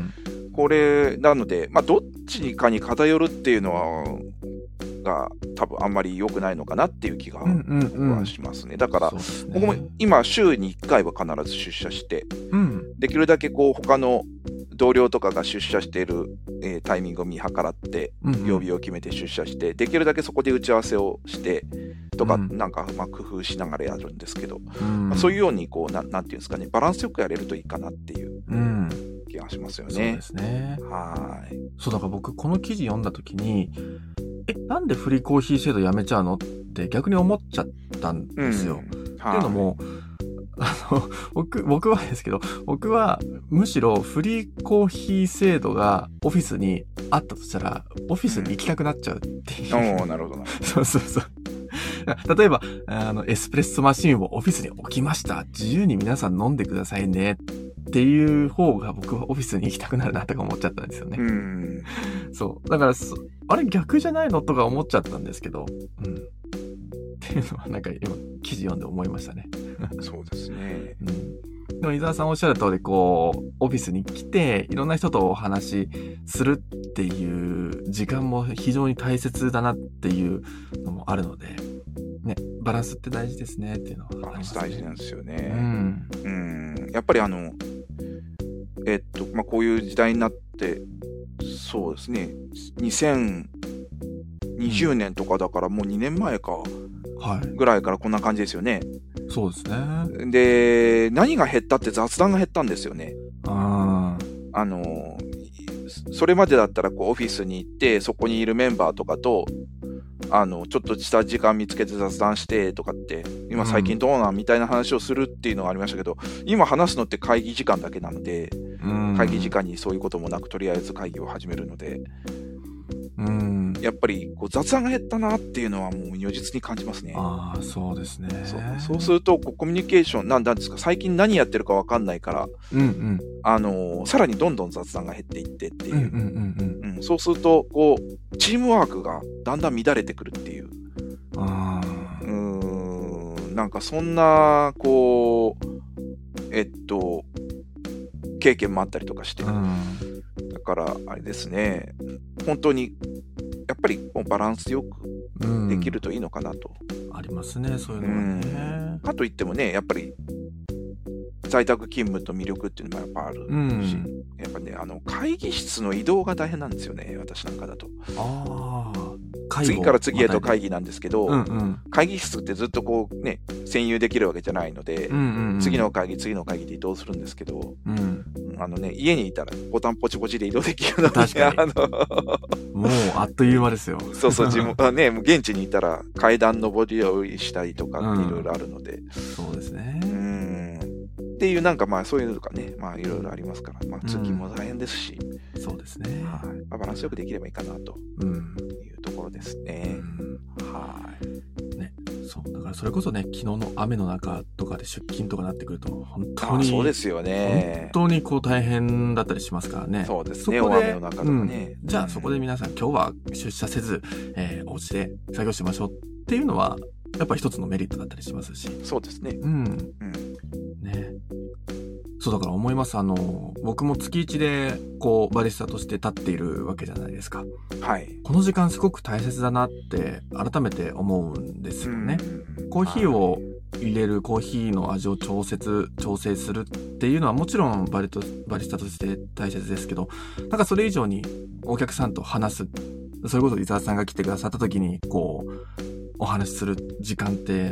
これなので、まあ、どっちにかに偏るっていうのはが多分あんまり良くないのかなっていう気が僕はしますね。だから、ね、僕も今週にいっかいは必ず出社して、うん、できるだけこう他の同僚とかが出社している、えー、タイミングを見計らって、うんうん、曜日を決めて出社して、できるだけそこで打ち合わせをしてとか、うん、なんかまあ工夫しながらやるんですけど、うんまあ、そういうようにこう な, なんていうんですかね、バランスよくやれるといいかなっていう気がしますよね。そうですね。はい。そうだから僕この記事読んだ時に、え、なんでフリーコーヒー制度やめちゃうのって逆に思っちゃったんですよ。うん、っていうのも、あの、僕、僕はですけど、僕はむしろフリーコーヒー制度がオフィスにあったとしたら、オフィスに行きたくなっちゃうっていう。 おー、なるほどな。 そうそうそう。例えば、あの、エスプレッソマシンをオフィスに置きました。自由に皆さん飲んでくださいね。っていう方が僕はオフィスに行きたくなるなとか思っちゃったんですよね。うん。そう。だからそ、あれ逆じゃないのとか思っちゃったんですけど、うん。っていうのはなんか今記事読んで思いましたね。 そうですね。 うん。でも伊沢さんおっしゃる通り、こう、オフィスに来て、いろんな人とお話しするっていう時間も非常に大切だなっていうのもあるので、ね、バランスって大事ですねっていうのは、ね。 バランス大事なんですよね。うん。うん。やっぱりあの、えっと、まあ、こういう時代になって、そうですね、にせんにじゅうねんとかだからもうにねんまえか、はい、ぐらいからこんな感じですよね。 そうですね。 で、何が減ったって雑談が減ったんですよね。 ああの、それまでだったらこうオフィスに行って、そこにいるメンバーとかと、あの、ちょっとした時間見つけて雑談してとかって、今最近どうなんみたいな話をするっていうのがありましたけど、今話すのって会議時間だけなので、会議時間にそういうこともなくとりあえず会議を始めるので、うんやっぱりこう雑談が減ったなっていうのはもう如実に感じますね。 ああ、そうですね。 そう、そうするとこうコミュニケーションなんなんですか、最近何やってるか分かんないから、うんうん、あのー、さらにどんどん雑談が減っていってっていう、うんうんうんうん、そうするとこうチームワークがだんだん乱れてくるっていう、あうーんなんかそんなこうえっと経験もあったりとかして、うん、だからあれですね、本当にやっぱりバランスよくできるといいのかなと、 うん、ありますね、そういうのはね。 かといってもね、やっぱり在宅勤務と魅力っていうのもやっぱあるし、うん、やっぱね、あの会議室の移動が大変なんですよね、私なんかだと。あ次から次へと会議なんですけど、うんうん、会議室ってずっとこうね、占有できるわけじゃないので、うんうんうん、次の会議、次の会議で移動するんですけど、うん、あのね、家にいたらボタンポチポチで移動できるので、 確かにあのもうあっという間ですよ。 そうそう、自分ね、もう現地にいたら階段上り下りしたりとかっていろいろあるので、うん、 そうですね。 うんっていうなんかまあそういうのとかね、まあいろいろありますから、まあ通勤も大変ですし、 うん、そうですね。 はい、まあ、バランスよくできればいいかなというところですね。うん、はい。 ね、そうだからそれこそね、昨日の雨の中とかで出勤とかなってくると本当にそうですよね。 本当にこう大変だったりしますからね。 そうですね。大雨の中とかね、 うん。じゃあそこで皆さん今日は出社せず、えー、お家で作業しましょうっていうのはやっぱ一つのメリットだったりしますし。 そうですね。 うん。うんね。そうだから思います。あの、僕も月一で、こう、バリスタとして立っているわけじゃないですか。 はい。 この時間すごく大切だなって、改めて思うんですよね。コーヒーを入れる、コーヒーの味を調節、調整するっていうのはもちろんバリと、バリスタとして大切ですけど、なんかそれ以上にお客さんと話す、それこそ伊沢さんが来てくださった時に、こう、お話しする時間って、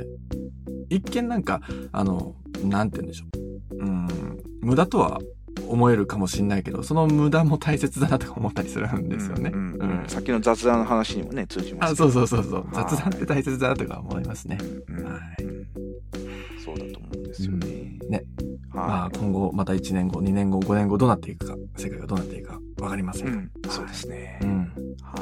一見なんか、あの、なんて言うんでしょう。うん、無駄とは思えるかもしれないけど、その無駄も大切だなとか思ったりするんですよね。うんうんうんうん、さっきの雑談の話にもね、通じます、 ね。あ、そうそうそうそう。雑談って大切だなとか思いますね。 うんうん、 はい。 そうだと思うんですよね。 うん、ね。 まあ今後またいちねんごにねんごごねんごどうなっていくか、世界がどうなっていくか分かりません、うん、 そうですね、 うん、はい、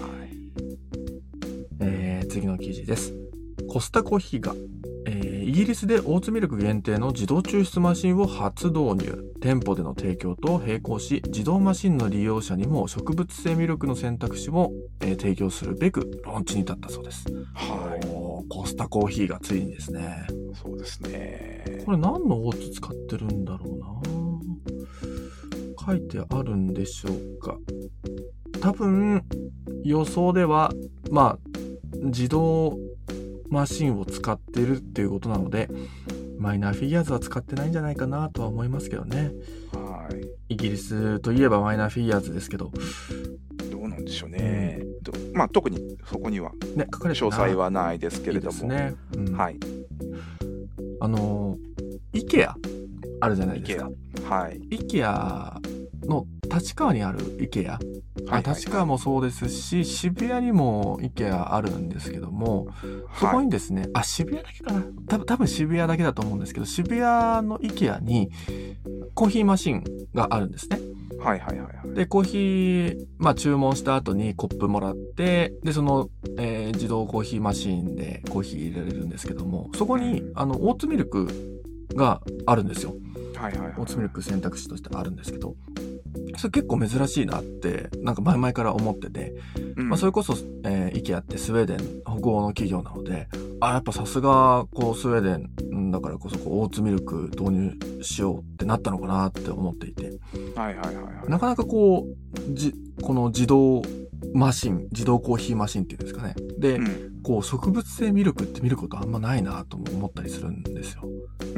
えー、次の記事です。コスタコーヒーが、えー、イギリスでオーツミルク限定の自動抽出マシンを初導入。店舗での提供と並行し、自動マシンの利用者にも植物性ミルクの選択肢を、えー、提供するべくローンチに至ったそうです。 はい。 コスタコーヒーがついにですね。 そうですね。 これ何のオーツ使ってるんだろうな。書いてあるんでしょうか。多分予想ではまあ自動マシンを使ってるっていうことなので、マイナーフィギュアーズは使ってないんじゃないかなとは思いますけどね。 はい。 イギリスといえばマイナーフィギュアーズですけど、 どうなんでしょうね。うん、まあ特にそこにはね書かれて詳細はないですけれども、いいですね。うん、はい。 あの IKEA あるじゃないですか。 はい。 IKEA の立川にある IKEA。はい、立川もそうですし、渋谷にも IKEA あるんですけども、そこにですね、はい、あ、渋谷だけかな、多分、多分渋谷だけだと思うんですけど、渋谷の IKEA にコーヒーマシンがあるんですね。 はいはいはい、はい。 で、コーヒー、まあ注文した後にコップもらって、で、その、えー、自動コーヒーマシンでコーヒー入れられるんですけども、そこに、あの、オーツミルクがあるんですよ。 はいはいはい、はい。 オーツミルク選択肢としてあるんですけど、それ結構珍しいなってなんか前々から思ってて、うん、まあ、それこそ、えー、IKEA ってスウェーデン北欧の企業なので、あやっぱさすがこうスウェーデンだからこそこうオーツミルク導入しようってなったのかなって思っていて、 はいはいはいはい、 なかなかこうじこの自動マシン自動コーヒーマシンっていうんですかねで、うん、こう植物性ミルクって見ることあんまないなとも思ったりするんですよ。 うん、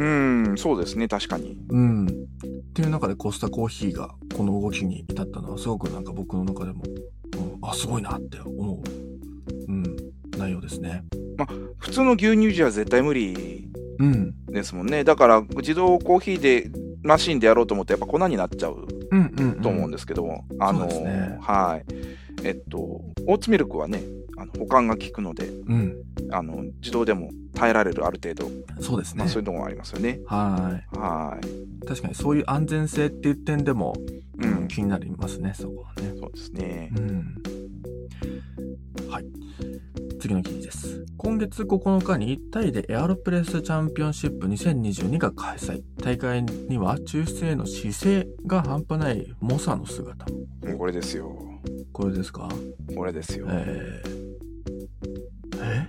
そうですね、確かに。 うん。っていう中でコスタコーヒーがこの動きに至ったのはすごくなんか僕の中でも、うん、あ、すごいなって思う、うん、内容ですね。 まあ、普通の牛乳じゃ絶対無理ですもんね。うん、だから自動コーヒーでマシンでやろうと思ってやっぱ粉になっちゃうと思うんですけども、あの、ね、はい。えっと、オーツミルクはね、あの保管が効くので、うん、あの自動でも耐えられるある程度、 そうですね、 まあ、そういうのもありますよね。 はいはい確かにそういう安全性っていう点でも、うん、気になりますね、そこはね。 そうですね、 うん、はい次の記事です。今月ここのかにタイでエアロプレスチャンピオンシップにせんにじゅうにが開催。大会には抽出への姿勢が半端ない猛者の姿も。 これですよ。 これですか？ これですよ。 えー、え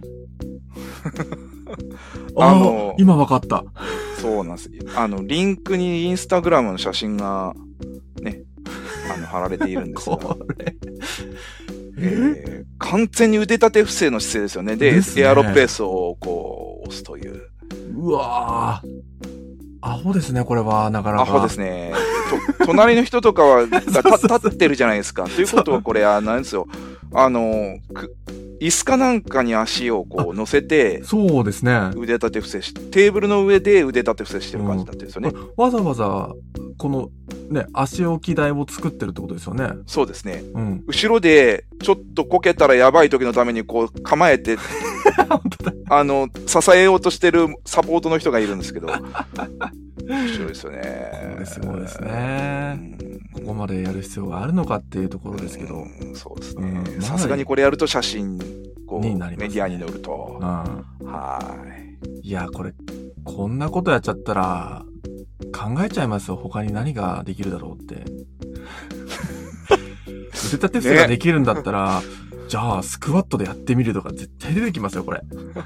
あの今わかった。 そうなんです。あのリンクにインスタグラムの写真がね、あの貼られているんですが。これえー、完全に腕立て伏せの姿勢ですよね。で、でエアロプレスをこう押すという。 うわー。アホですね、これは、なかなか。 アホですね。と、隣の人とかは、立ってるじゃないですか。ということは、これ、あ、なんですよ。あの、く、椅子かなんかに足をこう乗せて、 そうですね。 腕立て伏せし、テーブルの上で腕立て伏せしてる感じになってるんですよね。 うん、わざわざ、この、ね、足置き台を作ってるってことですよね。 そうですね。うん、後ろで、ちょっとこけたらやばい時のためにこう構えて、あの、支えようとしてるサポートの人がいるんですけど、面白いですよね。 これすごいですね。うん、ここまでやる必要があるのかっていうところですけど。 うん、そうですね。さすがにこれやると写真、こう、ね、メディアに載ると。うん、 はい。いや、これ、こんなことやっちゃったら、考えちゃいますよ。他に何ができるだろうって。腕立て伏せができるんだったら、ね、じゃあスクワットでやってみるとか絶対出てきますよ、これ。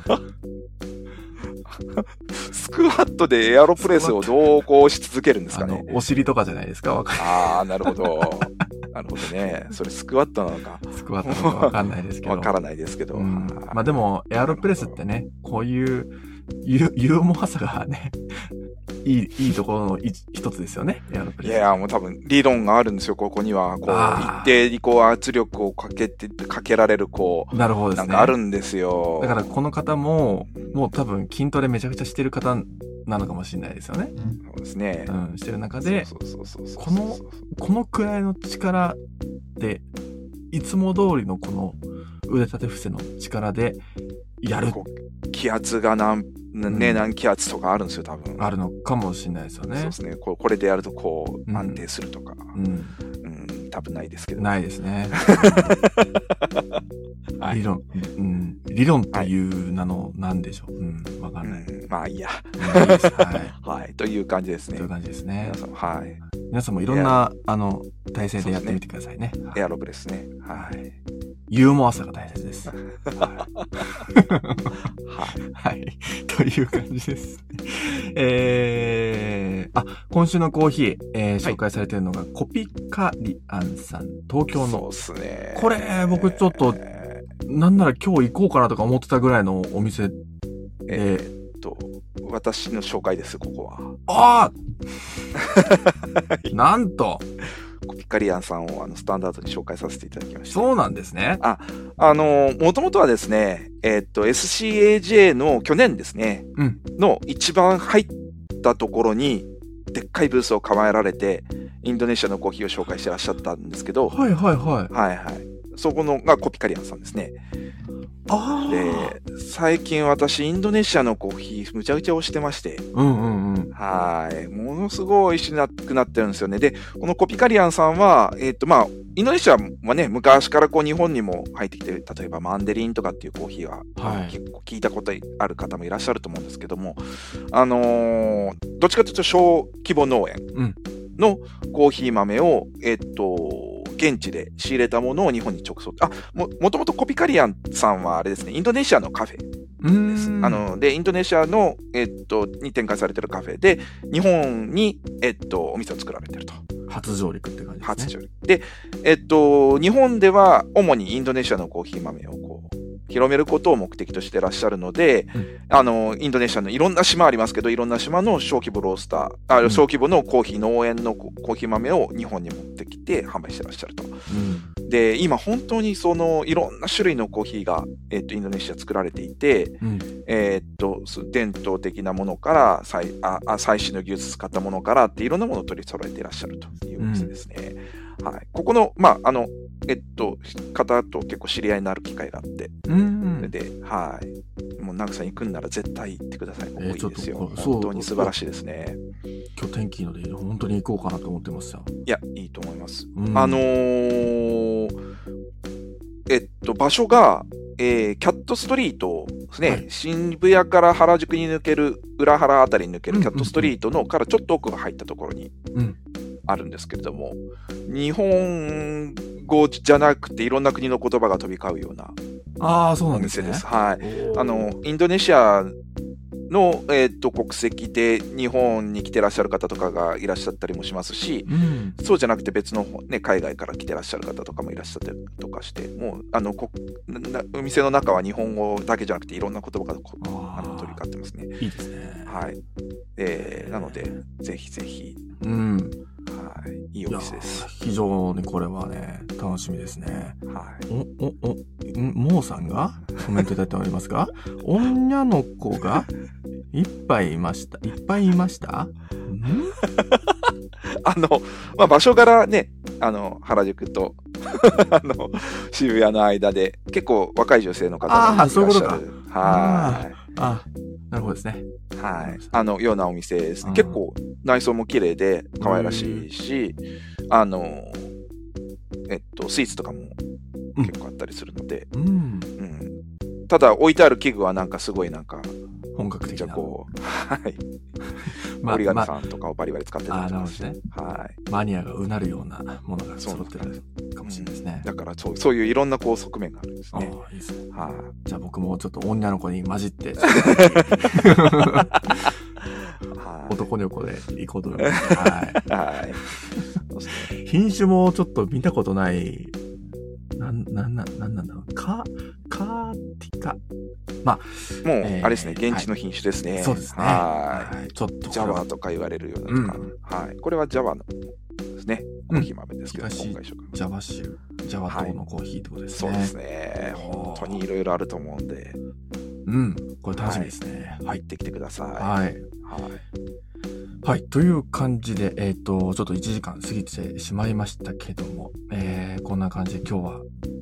スクワットでエアロプレスをどうこうし続けるんですかね。 あのお尻とかじゃないですか、わかる。 ああ、なるほど。なるほどね。それスクワットなのか。 スクワットなのかわかんないですけど。 わからないですけど。うん、 まあでも、エアロプレスってね、こういうユユーモアさがね、いい、いいところの一つですよね。エアロプレス。 いや、もう多分理論があるんですよ、ここには。こう、一定にこう圧力をかけて、かけられる、こう。 なるほどですね。 なんかあるんですよ。 だからこの方も、もう多分筋トレめちゃくちゃしてる方なのかもしれないですよね。 そうですね。 うん、してる中で、この、このくらいの力で、いつも通りのこの腕立て伏せの力でやる。 気圧が何、ね、何気圧とかあるんですよ、多分。 あるのかもしれないですよね。 そうですね。これでやるとこう、安定するとか。うん。うん、多分ないですけど。 ないですね。はい、理論、うん。理論という名の、なんでしょう。うん、わかんない。 うん、まあいいや。 いいです。はい。 はい。という感じですね。 という感じですね。 皆さん、はい。 皆さんもいろんな、あの、体勢でやってみてくださいね。 エアロブですね。はい。 ユーモアさが大切です。はい。はい。という感じです。えー、あ、今週のコーヒー、えー、紹介されているのが、はい、コピカリアンさん、東京の。 そうっすね。 これ、僕ちょっと、なんなら今日行こうかなとか思ってたぐらいのお店で。 えー、っと、私の紹介です、ここは。 ああなんとコピカリアンさんをあのスタンダードに紹介させていただきました。 そうなんですね。 あ、あの、もともとはですね、えー、っと、エスシーエージェー の去年ですね、うん、の一番入ったところに、でっかいブースを構えられて、インドネシアのコーヒーを紹介してらっしゃったんですけど、 はいはいはい。 はいはい。そこのがコピカリアンさんですね。 あで、最近私、インドネシアのコーヒー、むちゃくちゃ推してまして。 うんうんうん。 はい。ものすごい美味しくなってるんですよね。で、このコピカリアンさんは、えっと、まあ、インドネシアはね、昔からこう日本にも入ってきてる、例えばマンデリンとかっていうコーヒーは、はい、結構聞いたことある方もいらっしゃると思うんですけども、あのー、どっちかというと小規模農園のコーヒー豆を、えっと、現地で仕入れたものを日本に直送。あ、も、もともとコピカリアンさんはあれですね、インドネシアのカフェです。あの、で、インドネシアの、えっと、に展開されてるカフェで、日本に、えっと、お店を作られてると。 初上陸って感じですね。 初上陸。で、えっと、日本では主にインドネシアのコーヒー豆をこう、広めることを目的としてらっしゃるので、うん、あの、インドネシアのいろんな島ありますけど、いろんな島の小規模ロースター、あ、うん、小規模のコーヒー農園のコーヒー豆を日本に持ってきて販売してらっしゃると。うん、で、今本当にそのいろんな種類のコーヒーが、えっと、インドネシア作られていて、うん、えっと、伝統的なものから最、あ、最新の技術使ったものからっていろんなものを取り揃えていらっしゃるというお店ですね。うん、はい。ここの、まあ、あの、えっと、方と結構知り合いになる機会があって、うん、で、はい。もう、ナグさん行くんなら絶対行ってください。ここいいですよ。えー、本当に素晴らしいですね。 今日天気いいので、本当に行こうかなと思ってますよ。 いや、いいと思います。うん、あのー、えっと、場所が、えー、キャットストリートですね、はい、新渋谷から原宿に抜ける、裏原あたりに抜けるキャットストリートのからちょっと奥が入ったところにあるんですけれども、うん、日本語じゃなくていろんな国の言葉が飛び交うようなお店です。はい。あの、インドネシアの、えー、と国籍で日本に来てらっしゃる方とかがいらっしゃったりもしますし、うん、そうじゃなくて別の、ね、海外から来てらっしゃる方とかもいらっしゃったりとかして、もうあのこお店の中は日本語だけじゃなくていろんな言葉があの取り交ってますね。 いいですね。 はい。えー、なのでぜひぜひ、 うん、 はい、いいお店です。 非常にこれはね楽しみですね。 はい。 おおおモーさんがコメントいただいておりますが、女の子がいっぱいいました。いっぱいいましたんあの、まあ、場所柄ね、あの、原宿と、あの、渋谷の間で、結構若い女性の方がいらっしゃる。 ああ、そういうことか。 はい。 ああ、なるほどですね。 はい。あの、ようなお店ですね。結構、内装も綺麗で、可愛らしいし、あの、えっと、スイーツとかも結構あったりするので、 うん。うん、 ただ、置いてある器具はなんかすごいなんか、 本格的な。 じゃこう、はい。折り紙さんとかをバリバリ使ってたりとかして、ね、はい。 マニアがうなるようなものが揃ってるかもしれないですね。 うん、だからそう、そういういろんなこう側面があるんですね。 ああ、いいですね。 はい。 じゃあ僕もちょっと女の子に混じって、男の子で行こうと思います。はい。 はい。 品種もちょっと見たことない。なん、なん、なん、なんなんだろう。カ、カーティカ。まあ、 もう、えー、あれですね、現地の品種ですね。 はい、そうですね。 はい。 ちょっと。 ジャワとか言われるようなとか、うん、はい。これはジャワのですね。コーヒー豆ですけど、うん、今回紹介。 ジャワ州、ジャワ島のコーヒーってことですね。 はい、そうですね。本当にいろいろあると思うんで。 うん。これ楽しみですね。 はい、入ってきてください。 はい。 はい。 はい。という感じで、えっと、ちょっといちじかん過ぎてしまいましたけども、えー、こんな感じで今日は、えー、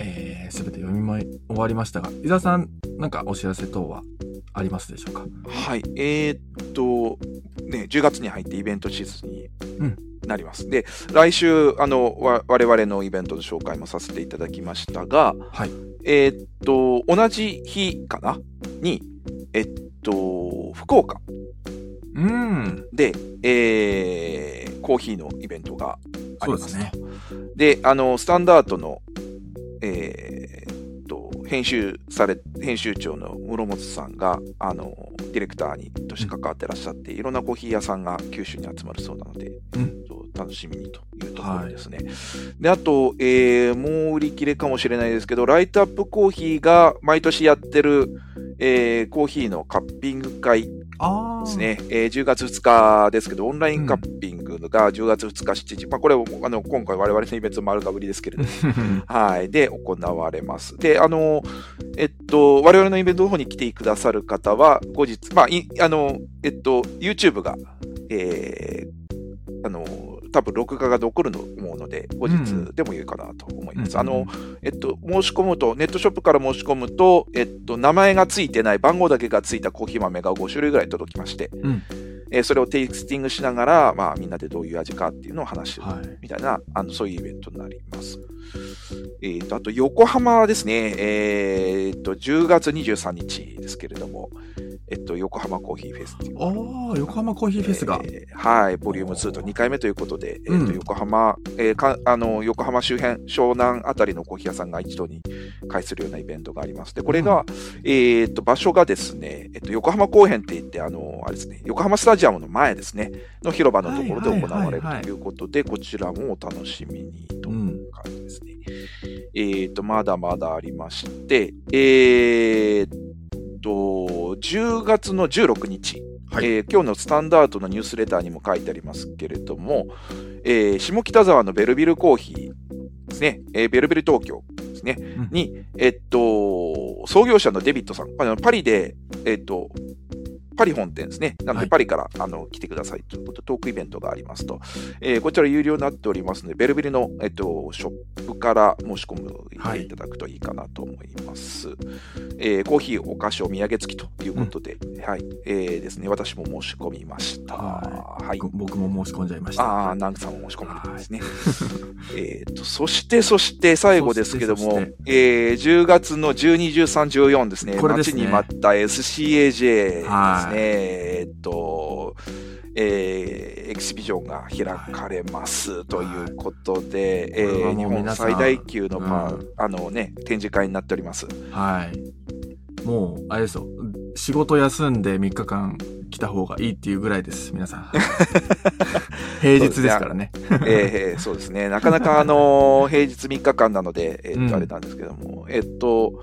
えー、全て読み終わりましたが、伊沢さん、なんかお知らせ等はありますでしょうか？ はい。えー、っと、ね、じゅうがつに入ってイベントシーズンになります。うん、で、来週、あの、わ我々のイベントの紹介もさせていただきましたが、はい。えー、っと、同じ日かなに、えっと、福岡。 うん。 で、えー、コーヒーのイベントがあります。 そうですね。 で、あの、スタンダードの、えー、っと、編集され、編集長の室本さんが、あの、ディレクターにとして関わってらっしゃって、うん、いろんなコーヒー屋さんが九州に集まるそうなので、うん、楽しみにというところですね。はい、で、あと、えー、もう売り切れかもしれないですけど、ライトアップコーヒーが毎年やってる、えー、コーヒーのカッピング会ですね。えー、じゅうがつふつかですけど、オンラインカッピングがじゅうがつふつかしちじ、うん、まあこれはあの今回我々のイベント丸かぶりですけれども、はい、で行われます。で、あの、えっと、我々のイベントの方に来てくださる方は、後日、まあ、いあの、えっと、YouTube が、えー、あの、多分録画が残ると思うので、後日でもいいかなと思います。うん、あの、えっと、申し込むと、ネットショップから申し込むと、えっと、名前がついてない、番号だけがついたコーヒー豆がごしゅるいぐらい届きまして、うん、えー、それをテイスティングしながら、まあ、みんなでどういう味かっていうのを話すみたいな、はい、あの、そういうイベントになります。えっと、あと、横浜ですね、えー、っと、じゅうがつにじゅうさんにちですけれども、えっと、横浜コーヒーフェスっていう。 ああ、横浜コーヒーフェスが。 えー、はい、ボリュームツーとにかいめということで、えっと、横浜、えー、か、あの、横浜周辺、湘南あたりのコーヒー屋さんが一度に開するようなイベントがあります。で、これが、うん、えっと、場所がですね、えっと、横浜公園って言って、あの、あれですね、横浜スタジアムの前ですね、の広場のところで行われるということで、こちらもお楽しみにという感じですね。うん、えっと、まだまだありまして、えー、とじゅうがつのじゅうろくにち、はい、えー、今日のスタンダードのニュースレターにも書いてありますけれども、えー、下北沢のベルビルコーヒーですね、えー、ベルビル東京ですね、うん、に、えっと、創業者のデビッドさん、あのパリで、えっと、パリ本店ですね。なので、パリから、はい、あの来てくださいということで、トークイベントがありますと。えー、こちら有料になっておりますので、ベルビルの、えっと、ショップから申し込むいただくといいかなと思います。はい、えー、コーヒー、お菓子、お土産付きということで、うん、はい。えー、ですね、私も申し込みました。 はい。はい、僕も申し込んじゃいました。 ああ、ナンクさんも申し込まれてですね。えっと、そして、そして最後ですけども、えー、じゅうがつのじゅうに、じゅうさん、じゅうよんですね、 これですね、 待ちに待った エスシーエージェー ですね。はい、えー、っと、えー、エキシビジョンが開かれますということで、はい、えー、日本最大級の、まあ、うん、あのね、展示会になっております。 はい。もう、あれですよ。仕事休んでみっかかん来た方がいいっていうぐらいです、皆さん。平日ですからね。 えー、そうですね。なかなか、あのー、平日みっかかんなので、えー、っと、あれなんですけども、うん、えっと、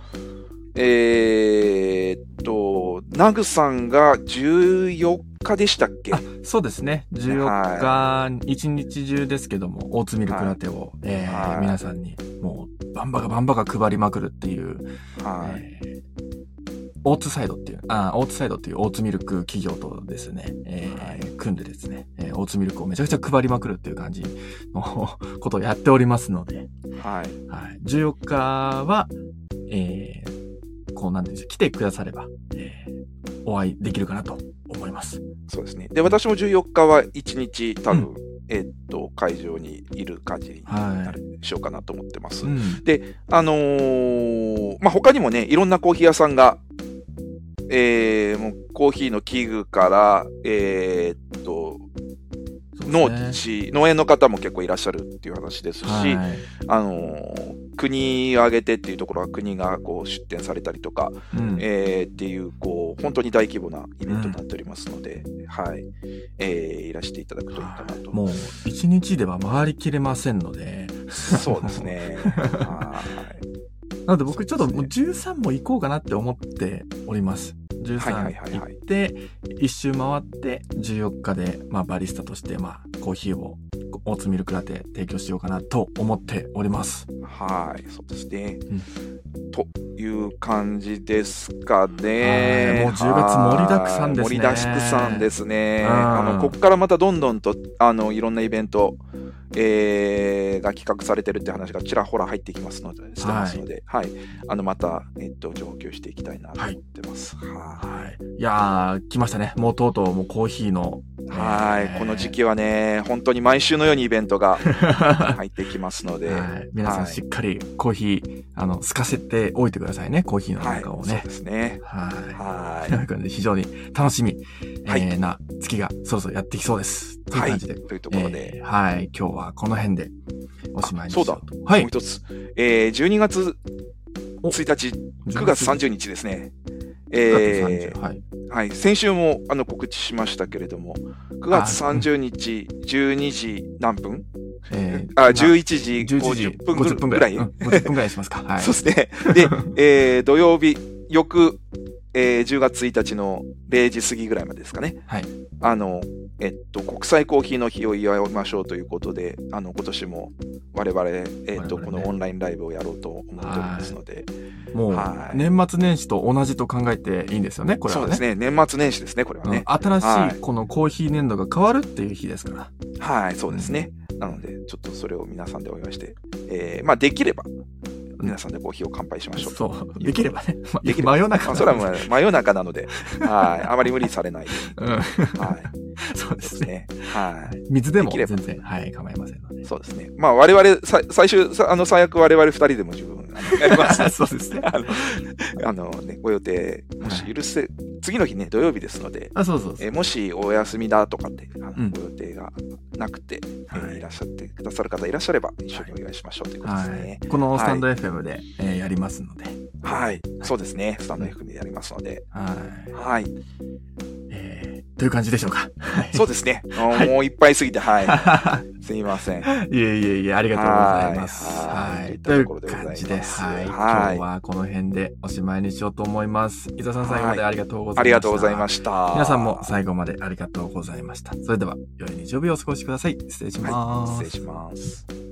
えー、っと、ナグさんがじゅうよっかでしたっけ？ あ、そうですね。じゅうよっか、はい、一日中ですけども、オーツミルクラテを、はい、えーはい、皆さんに、もう、バンバカバンバカ配りまくるっていう、はい、えー、オーツサイドっていう、あ、オーツサイドっていうオーツミルク企業とですね、えーはい、組んでですね、えー、オーツミルクをめちゃくちゃ配りまくるっていう感じのことをやっておりますので、はい。はい、じゅうよっかは、えー、こうなんていうんですか、来てくだされば、えー、お会いできるかなと思います。 そうですね。で、私もじゅうよっかはいちにち多分、うん、えー、っと、会場にいる感じになる、はい、しようかなと思ってます。うん、で、あのー、まあ、他にもね、いろんなコーヒー屋さんが、えー、もうコーヒーの器具から、えー、っと、農地、農園の方も結構いらっしゃるっていう話ですし、はい、あのー、国を挙げてっていうところは国がこう出展されたりとか、うん、えー、っていうこう本当に大規模なイベントになっておりますので、うん、はい、えー、いらしていただくといいかなと。 もう一日では回りきれませんので、 そうですね。はい。 なので僕ちょっともうじゅうさんも行こうかなって思っております。じゅうさん行って、一周回って、じゅうよっかで、まあ、バリスタとして、まあ、コーヒーをオーツミルクラテ提供しようかなと思っております。 はい、そうですね。うん、という感じですかね。 もうじゅうがつ盛りだくさんですね。 盛りだくさんですね。あの、ここからまたどんどんと、あの、いろんなイベント、えー、が企画されてるって話がちらほら入ってきますので、してますので、はい。はい、あの、また、えっと、上級していきたいなと思ってます。はい。 はい、いやー、来ましたね。もうとうとう、もうコーヒーの。 はい。この時期はね、本当に毎週のようにイベントが入ってきますので。はい。 皆さんしっかりコーヒー、あの、すかせておいてくださいね。コーヒーの中をね。はい、 そうですね。 はい。はい。という感じで非常に楽しみ、はい、えー、な月がそろそろやってきそうです。という感じで。はい、 というところで、 えー。はい。今日はこの辺でおしまいにしようと。 そうだ。はい。もう一つ。えー、じゅうにがつついたち、くがつさんじゅうにちですね。えー、はい。はい。先週もあの告知しましたけれども、くがつさんじゅうにち、じゅうにじ何分えー、あ、じゅういちじごじゅっぷんぐらい。 ごじゅっぷんぐらいしますか。はい。 そうですね。で、えー、土曜日、翌、えー、じゅうがつついたちのれいじ過ぎぐらいまでですかね。 はい。 あの、えっと、国際コーヒーの日を祝いましょうということで、あの、今年も我々、えっと、ね、このオンラインライブをやろうと思っておりますので。 もう、年末年始と同じと考えていいんですよね、これはね。 そうですね。年末年始ですね、これはね。 うん、新しいこのコーヒー年度が変わるっていう日ですから。 はい、そうですね。うん、なので、ちょっとそれを皆さんでお祝いして、えー、まあ、できれば、皆さんでコーヒーを乾杯しましょう。 そう。できればね。できれば。真夜中。 まあ、それは真夜中なので、はい。あまり無理されないように。 うん。はい。 そうですね。はい。 水でも全然、はい、構いませんので。 そうですね。まあ、我々、さ最終、あの、最悪我々二人でも十分、やります。 そうですね。 あの、あのね、ご予定、もし許せ、はい、次の日ね、土曜日ですので、 あ、そうそうそう。 えー、もしお休みだとかって、あの、うん、ご予定がなくて、はい、えー、いらっしゃってくださる方いらっしゃれば、一緒にお願いしましょうということですね。はい、 このスタンド エフエム で、はい、えー、やりますので。 はい。そうですね。スタンド エフエム でやりますので。 はい。 はい。 えー、という感じでしょうか。 そうですね。もういっぱいすぎて、はい。すみません。 いえいえいえ、ありがとうございます。はい。という感じで、はい。今日はこの辺でおしまいにしようと思います。伊沢さん、最後までありがとうございました。 ありがとうございました。 皆さんも最後までありがとうございました。それでは、良い日曜日をお過ごしください。失礼します。 失礼します。